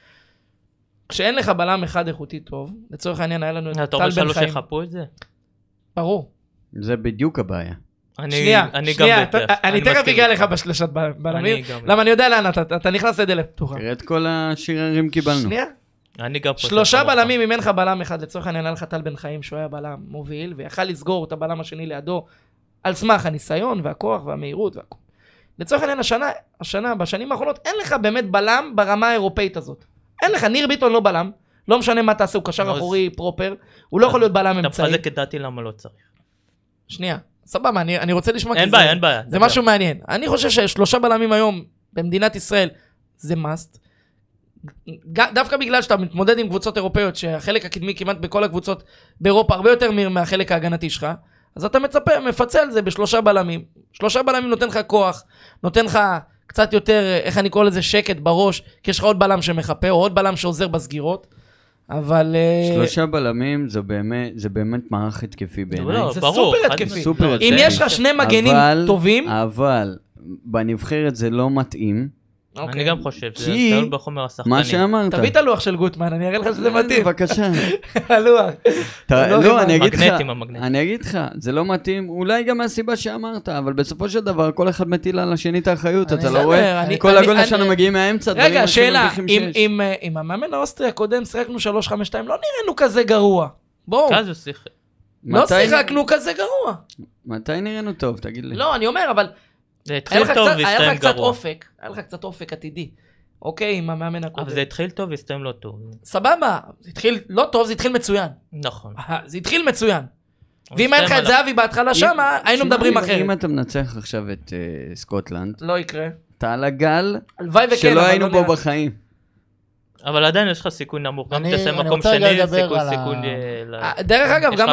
כשאין לך בלם אחד איכותי טוב, לצורך העניין היה לנו את אתה טל אומר בן חיים. יחפו את זה? ברור. זה בדיוק הבעיה. שנייה, אני תכף אגיע לך בשלשת בלמים, למה אני יודע לאן אתה נכנס לדלת פתוחה. תראה את כל השרירים קיבלנו. שנייה. אני גם חושב. 3 בלמים, אם אין לך בלם אחד, לצורך העניין היה לך טל בן חיים, שהוא היה בלם מוביל, ויכל לסגור את הבלם השני לידו, על סמך הניסיון והכוח והמהירות והכל. לצורך העניין השנה, בשנים האחרונות, אין לך באמת בלם ברמה האירופאית הזאת. אין לך, ניר ביטון לא בלם, לא משנה מה תעשה, הוא קשר אחורי פרופר, הוא לא יכול להיות בלם אמצעי. אתה מחזק את דעתי למה לא צריך. שנייה, סבבה, אני רוצה לשמוע, אין בעיה, אין בעיה. זה משהו מעניין. אני חושב ש3 בלמים היום במדינת ישראל זה must. דווקא בגלל שאתה מתמודד עם קבוצות אירופאיות, שהחלק הקדמי כמעט בכל הקבוצות באירופה הרבה יותר מהיר מהחלק ההגנתי שלך, אז אתה מפצל על זה ב3 בלמים. 3 בלמים נותן לך כוח, נותן לך קצת יותר, איך אני קורא לזה, שקט בראש, כי יש לך עוד בלם שמחפה, או עוד בלם שעוזר בסגירות. אבל 3 בלמים זה באמת מערך התקפי בעיניי. זה סופר התקפי. סופר התקפי. אם יש לך 2 מגנים טובים, אבל בנבחרת זה לא מתאים. אני גם חושב, זה כי תלוי בחומר השחקני. מה שאמרת. תביא את הלוח של גוטמן, אני אראה לך שזה מתאים. בבקשה. הלוח. לא, אני אגיד לך, זה לא מתאים, אולי גם מהסיבה שאמרת, אבל בסופו של דבר כל אחד מטיל על השני את האחריות, אתה לא רואה? כל הגולים שלנו מגיעים מהאמצע. רגע, שאלה, אם המאמן האוסטרי הקודם שחקנו 3-5-2, לא נראינו כזה גרוע. בואו. אז הוא שיחק. לא שיחקנו כזה גרוע. מתי נראינו טוב, תגיד לי. לא, אני אומר, אבל זה התחיל טוב והסתיים גרוע. היה לך קצת אופק עתידי. אוקיי, עם המאמן הקודם. אבל זה התחיל טוב והסתיים לא טוב. סבבה, זה התחיל לא טוב, זה התחיל מצוין. נכון. זה התחיל מצוין. ואם היה לך את זהבי בהתחלה שמה, היינו מדברים אחרת. אם אתה מנצח עכשיו את סקוטלנד, לא יקרה. אתה על הגל הלוואי וכן, שלא היינו פה בחיים. אבל עדיין יש לך סיכוי נמוך, גם תעשה מקום שני, סיכוי... דרך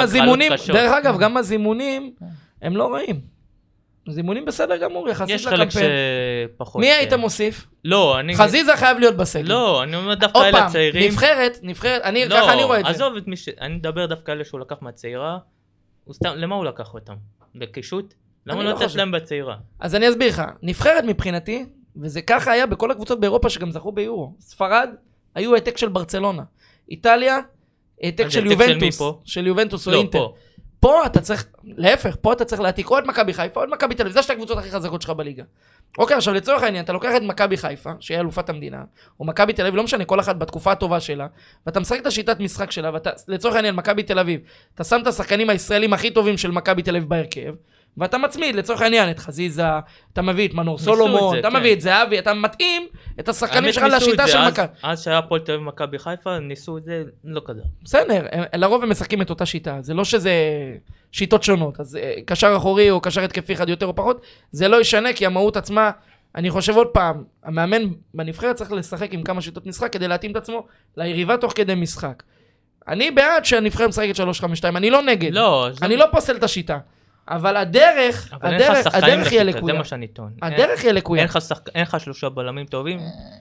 אגב, גם הזימונים הם לא רעים. זימונים בסדר גמור, יחסית לקמפיין. יש חלק שפחות... מי היית מוסיף? לא, אני... חזיזה חייב להיות בסגל. לא, אני אומר דווקא אלה צעירים. נבחרת, ככה אני רואה את זה. עזוב את מי אני מדבר דווקא אלה שהוא לקח מהצעירה. למה הוא לקח אותם? בקישוט? למה הוא נותן להם בצעירה? אז אני אסביר לך. נבחרת מבחינתי, וזה ככה היה בכל הקבוצות באירופה שגם זכו ביורו. ספרד היו העתק של ברצלונה. איטליה, העתק של יובנטוס. של יובנטוס או אינטר. פה אתה צריך, להפך, פה אתה צריך להעתיק או את מכבי חיפה או את מכבי תל אביב, זה שתי הקבוצות הכי חזקות שלך בליגה. אוקיי, עכשיו לצורך העניין, אתה לוקח את מכבי חיפה, שהיא אלופת המדינה, או מכבי תל אביב, לא משנה, כל אחת בתקופה הטובה שלה, ואתה משחק את השיטת משחק שלה, ואתה, לצורך העניין, מכבי תל אביב, אתה שם את השחקנים הישראלים הכי טובים של מכבי תל אביב בהרכב, ואתה מצמיד לצורך העניין את חזיזה, אתה מביא את מנור סולומון, אתה מביא את זהבי, אתה מתאים את השחקנים שלך לשיטה של מכבי. אז שהיה הפועל תל אביב מכבי חיפה, ניסו את זה, לא כזה. בסדר, לרוב הם משחקים את אותה שיטה, זה לא שזה שיטות שונות, אז קשר אחורי או קשר התקפי אחד יותר או פחות, זה לא ישנה, כי המהות עצמה, אני חושב עוד פעם, המאמן בנבחרת צריך לשחק עם כמה שיטות משחק, כדי להתאים את עצמו ליריבה תוך כדי משחק. אני בעד שהנבחרת משחקת 3-5-2, אני לא נגד, אני לא פוסל את השיטה. אבל הדרך היא הלקויה. זה מה שאני טוען. הדרך היא הלקויה. אין לך 3 בלמים טובים.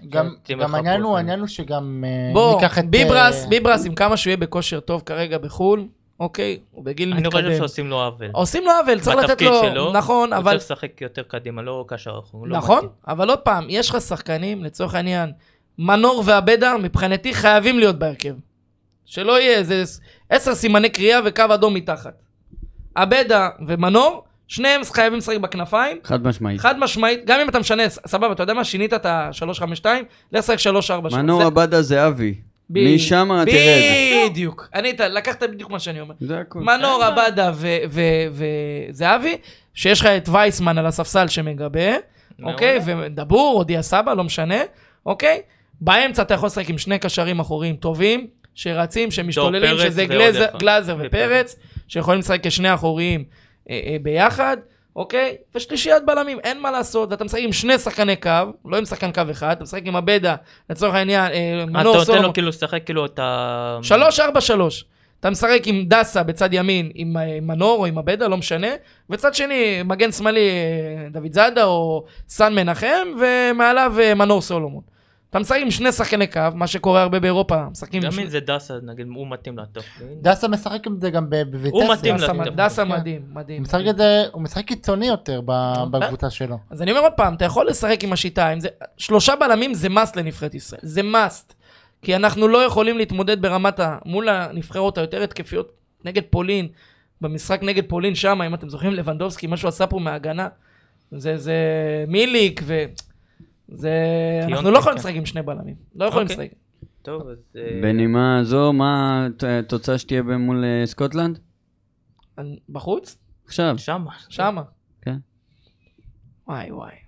גם העניין הוא שגם ניקח את... ביברס, עם כמה שהוא יהיה בכושר טוב כרגע בחול, אוקיי, הוא בגיל מתקדם. אני חושב שעושים לו עוול. עושים לו עוול, צריך לתת לו... נכון, אבל... הוא צריך לשחק יותר קדימה, לא קשר אחור. נכון, אבל עוד פעם, יש לך שחקנים, לצורך העניין, מנור ועבדה, מבחינתי חייבים להיות בהרכב. שלא יהיה איזה 10 סימני קריאה וקו אדום מתחת. עבדה ומנור, שניהם חייבים לשחק בכנפיים. חד משמעית. גם אם אתה משנה, סבבה, אתה יודע מה? שינית את ה-3-5-2, לשחק 3-4-3. מנור עבדה זה אבי. משם תרד. בדיוק. לקחת בדיוק מה שאני אומר. מנור עבדה וזה אבי, שיש לך את וייסמן על הספסל שמגבה, אוקיי? ודבור, או דיה סבא, לא משנה, אוקיי? באמצע אתה יכול לשחק עם 2 קשרים אחוריים טובים, שרצים, שמשתוללים, שזה גלאזר ופרץ, שיכולים לשחק כשני אחוריים ביחד, אוקיי? ושלישיית בלמים, אין מה לעשות, ואתה משחק עם 2 שחקני קו, לא עם שחקן קו אחד, אתה משחק עם עבדה, לצורך העניין, מנור סולומון. אתה נותן לו כאילו לשחק כאילו אתה... 3-4-3. אתה משחק עם דסה בצד ימין, עם מנור או עם עבדה, לא משנה, וצד שני, מגן שמאלי דוד זאדה או סן מנחם, ומעליו מנור סולומון. אתה משחק עם שני שחקני קו, מה שקורה הרבה באירופה, משחקים גם אם זה דסה, נגיד, הוא מתאים לתפקיד. דסה משחק עם זה גם בביטסיה. הוא מתאים לתפקיד. דסה מדהים, מדהים. הוא משחק קיצוני יותר בקבוצה שלו. אז אני אומר עוד פעם, אתה יכול לשחק עם השיטה, עם זה, 3 בלמים זה must לנבחרת ישראל, זה must. כי אנחנו לא יכולים להתמודד ברמת מול הנבחרות היותר התקפיות נגד פולין, במשחק נגד פולין שם, אם אתם זוכרים לבנדובסקי, מה שהוא עשה פה מההגנה, זה מיליק, אנחנו לא יכולים לשחק עם 2 בלמים, לא יכולים לשחק. טוב, אז... בנימה זו, מה התוצאה שתהיה מול סקוטלנד? בחוץ? עכשיו. שמה. כן. וואי.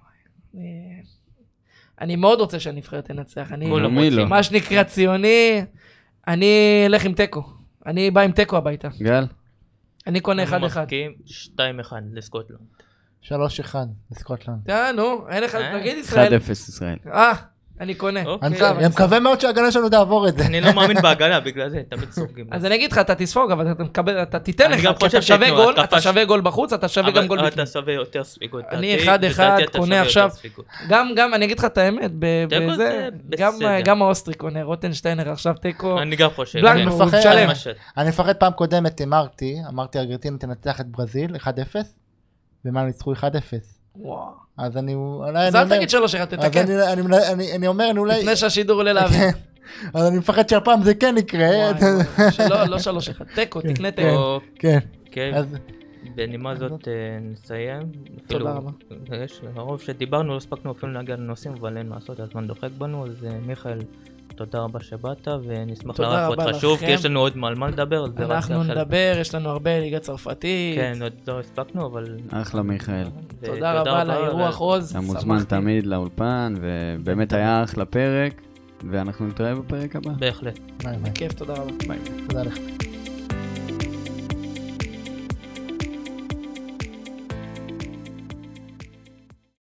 אני מאוד רוצה שהנבחרת תנצח. מי לא? מה שנקרא ציוני, אני אלך עם טקו. אני בא עם טקו הביתה. גל? אני קונה 1-1. אני מסכים 2-1 לסקוטלנד. 3-1 לסקוטלנד. נו, אין לך, תגיד ישראל. 1-0 ישראל. אני קונה. אני מקווה מאוד שההגנה שלנו תעבור את זה. אני לא מאמין בהגנה, בגלל זה, תמיד סופגים. אז אני אגיד לך, אתה תספוג, אבל אתה תיתן לך, אתה שווה גול, אתה שווה גול בחוץ, אתה שווה גם גול בפנים. אתה שווה יותר ספיגות. אני 1-1 קונה עכשיו, גם, אני אגיד לך את האמת, גם האוסטרי קונה, רוטנשטיינר עכשיו תיקו. אני גם חושב. אני מפחד פעם קודמת, אמרתי, ארגנטינה תנצח את ברזיל, 1-0, ומה ניצחו 1-0. וואו. אז אני... אז אל תגיד 3-1, תתקן. אני אומר, אני אולי... לפני שהשידור עולה להבין. אז אני מפחד שהפעם זה כן יקרה. לא 3-1, תיקו, תקנה תיקו. כן. בנימה זאת נסיים. תודה רבה. הרוב שדיברנו, לא הספקנו אפילו להגיע לנושאים, אבל אין לעשות, הזמן דוחק בנו, אז מיכאל, תודה רבה שבאת, ונשמח לארח אותך שוב, כי יש לנו עוד מה לדבר. אנחנו נדבר, יש לנו הרבה ליגה צרפתית. כן, עוד לא הספקנו, אבל... אחלה מיכאל. תודה רבה לאירוח עוז. אתה מוזמן תמיד לאולפן, ובאמת היה אחלה פרק, ואנחנו נתראה בפרק הבא. בהחלט. בכיף, תודה רבה. ביי. תודה לך.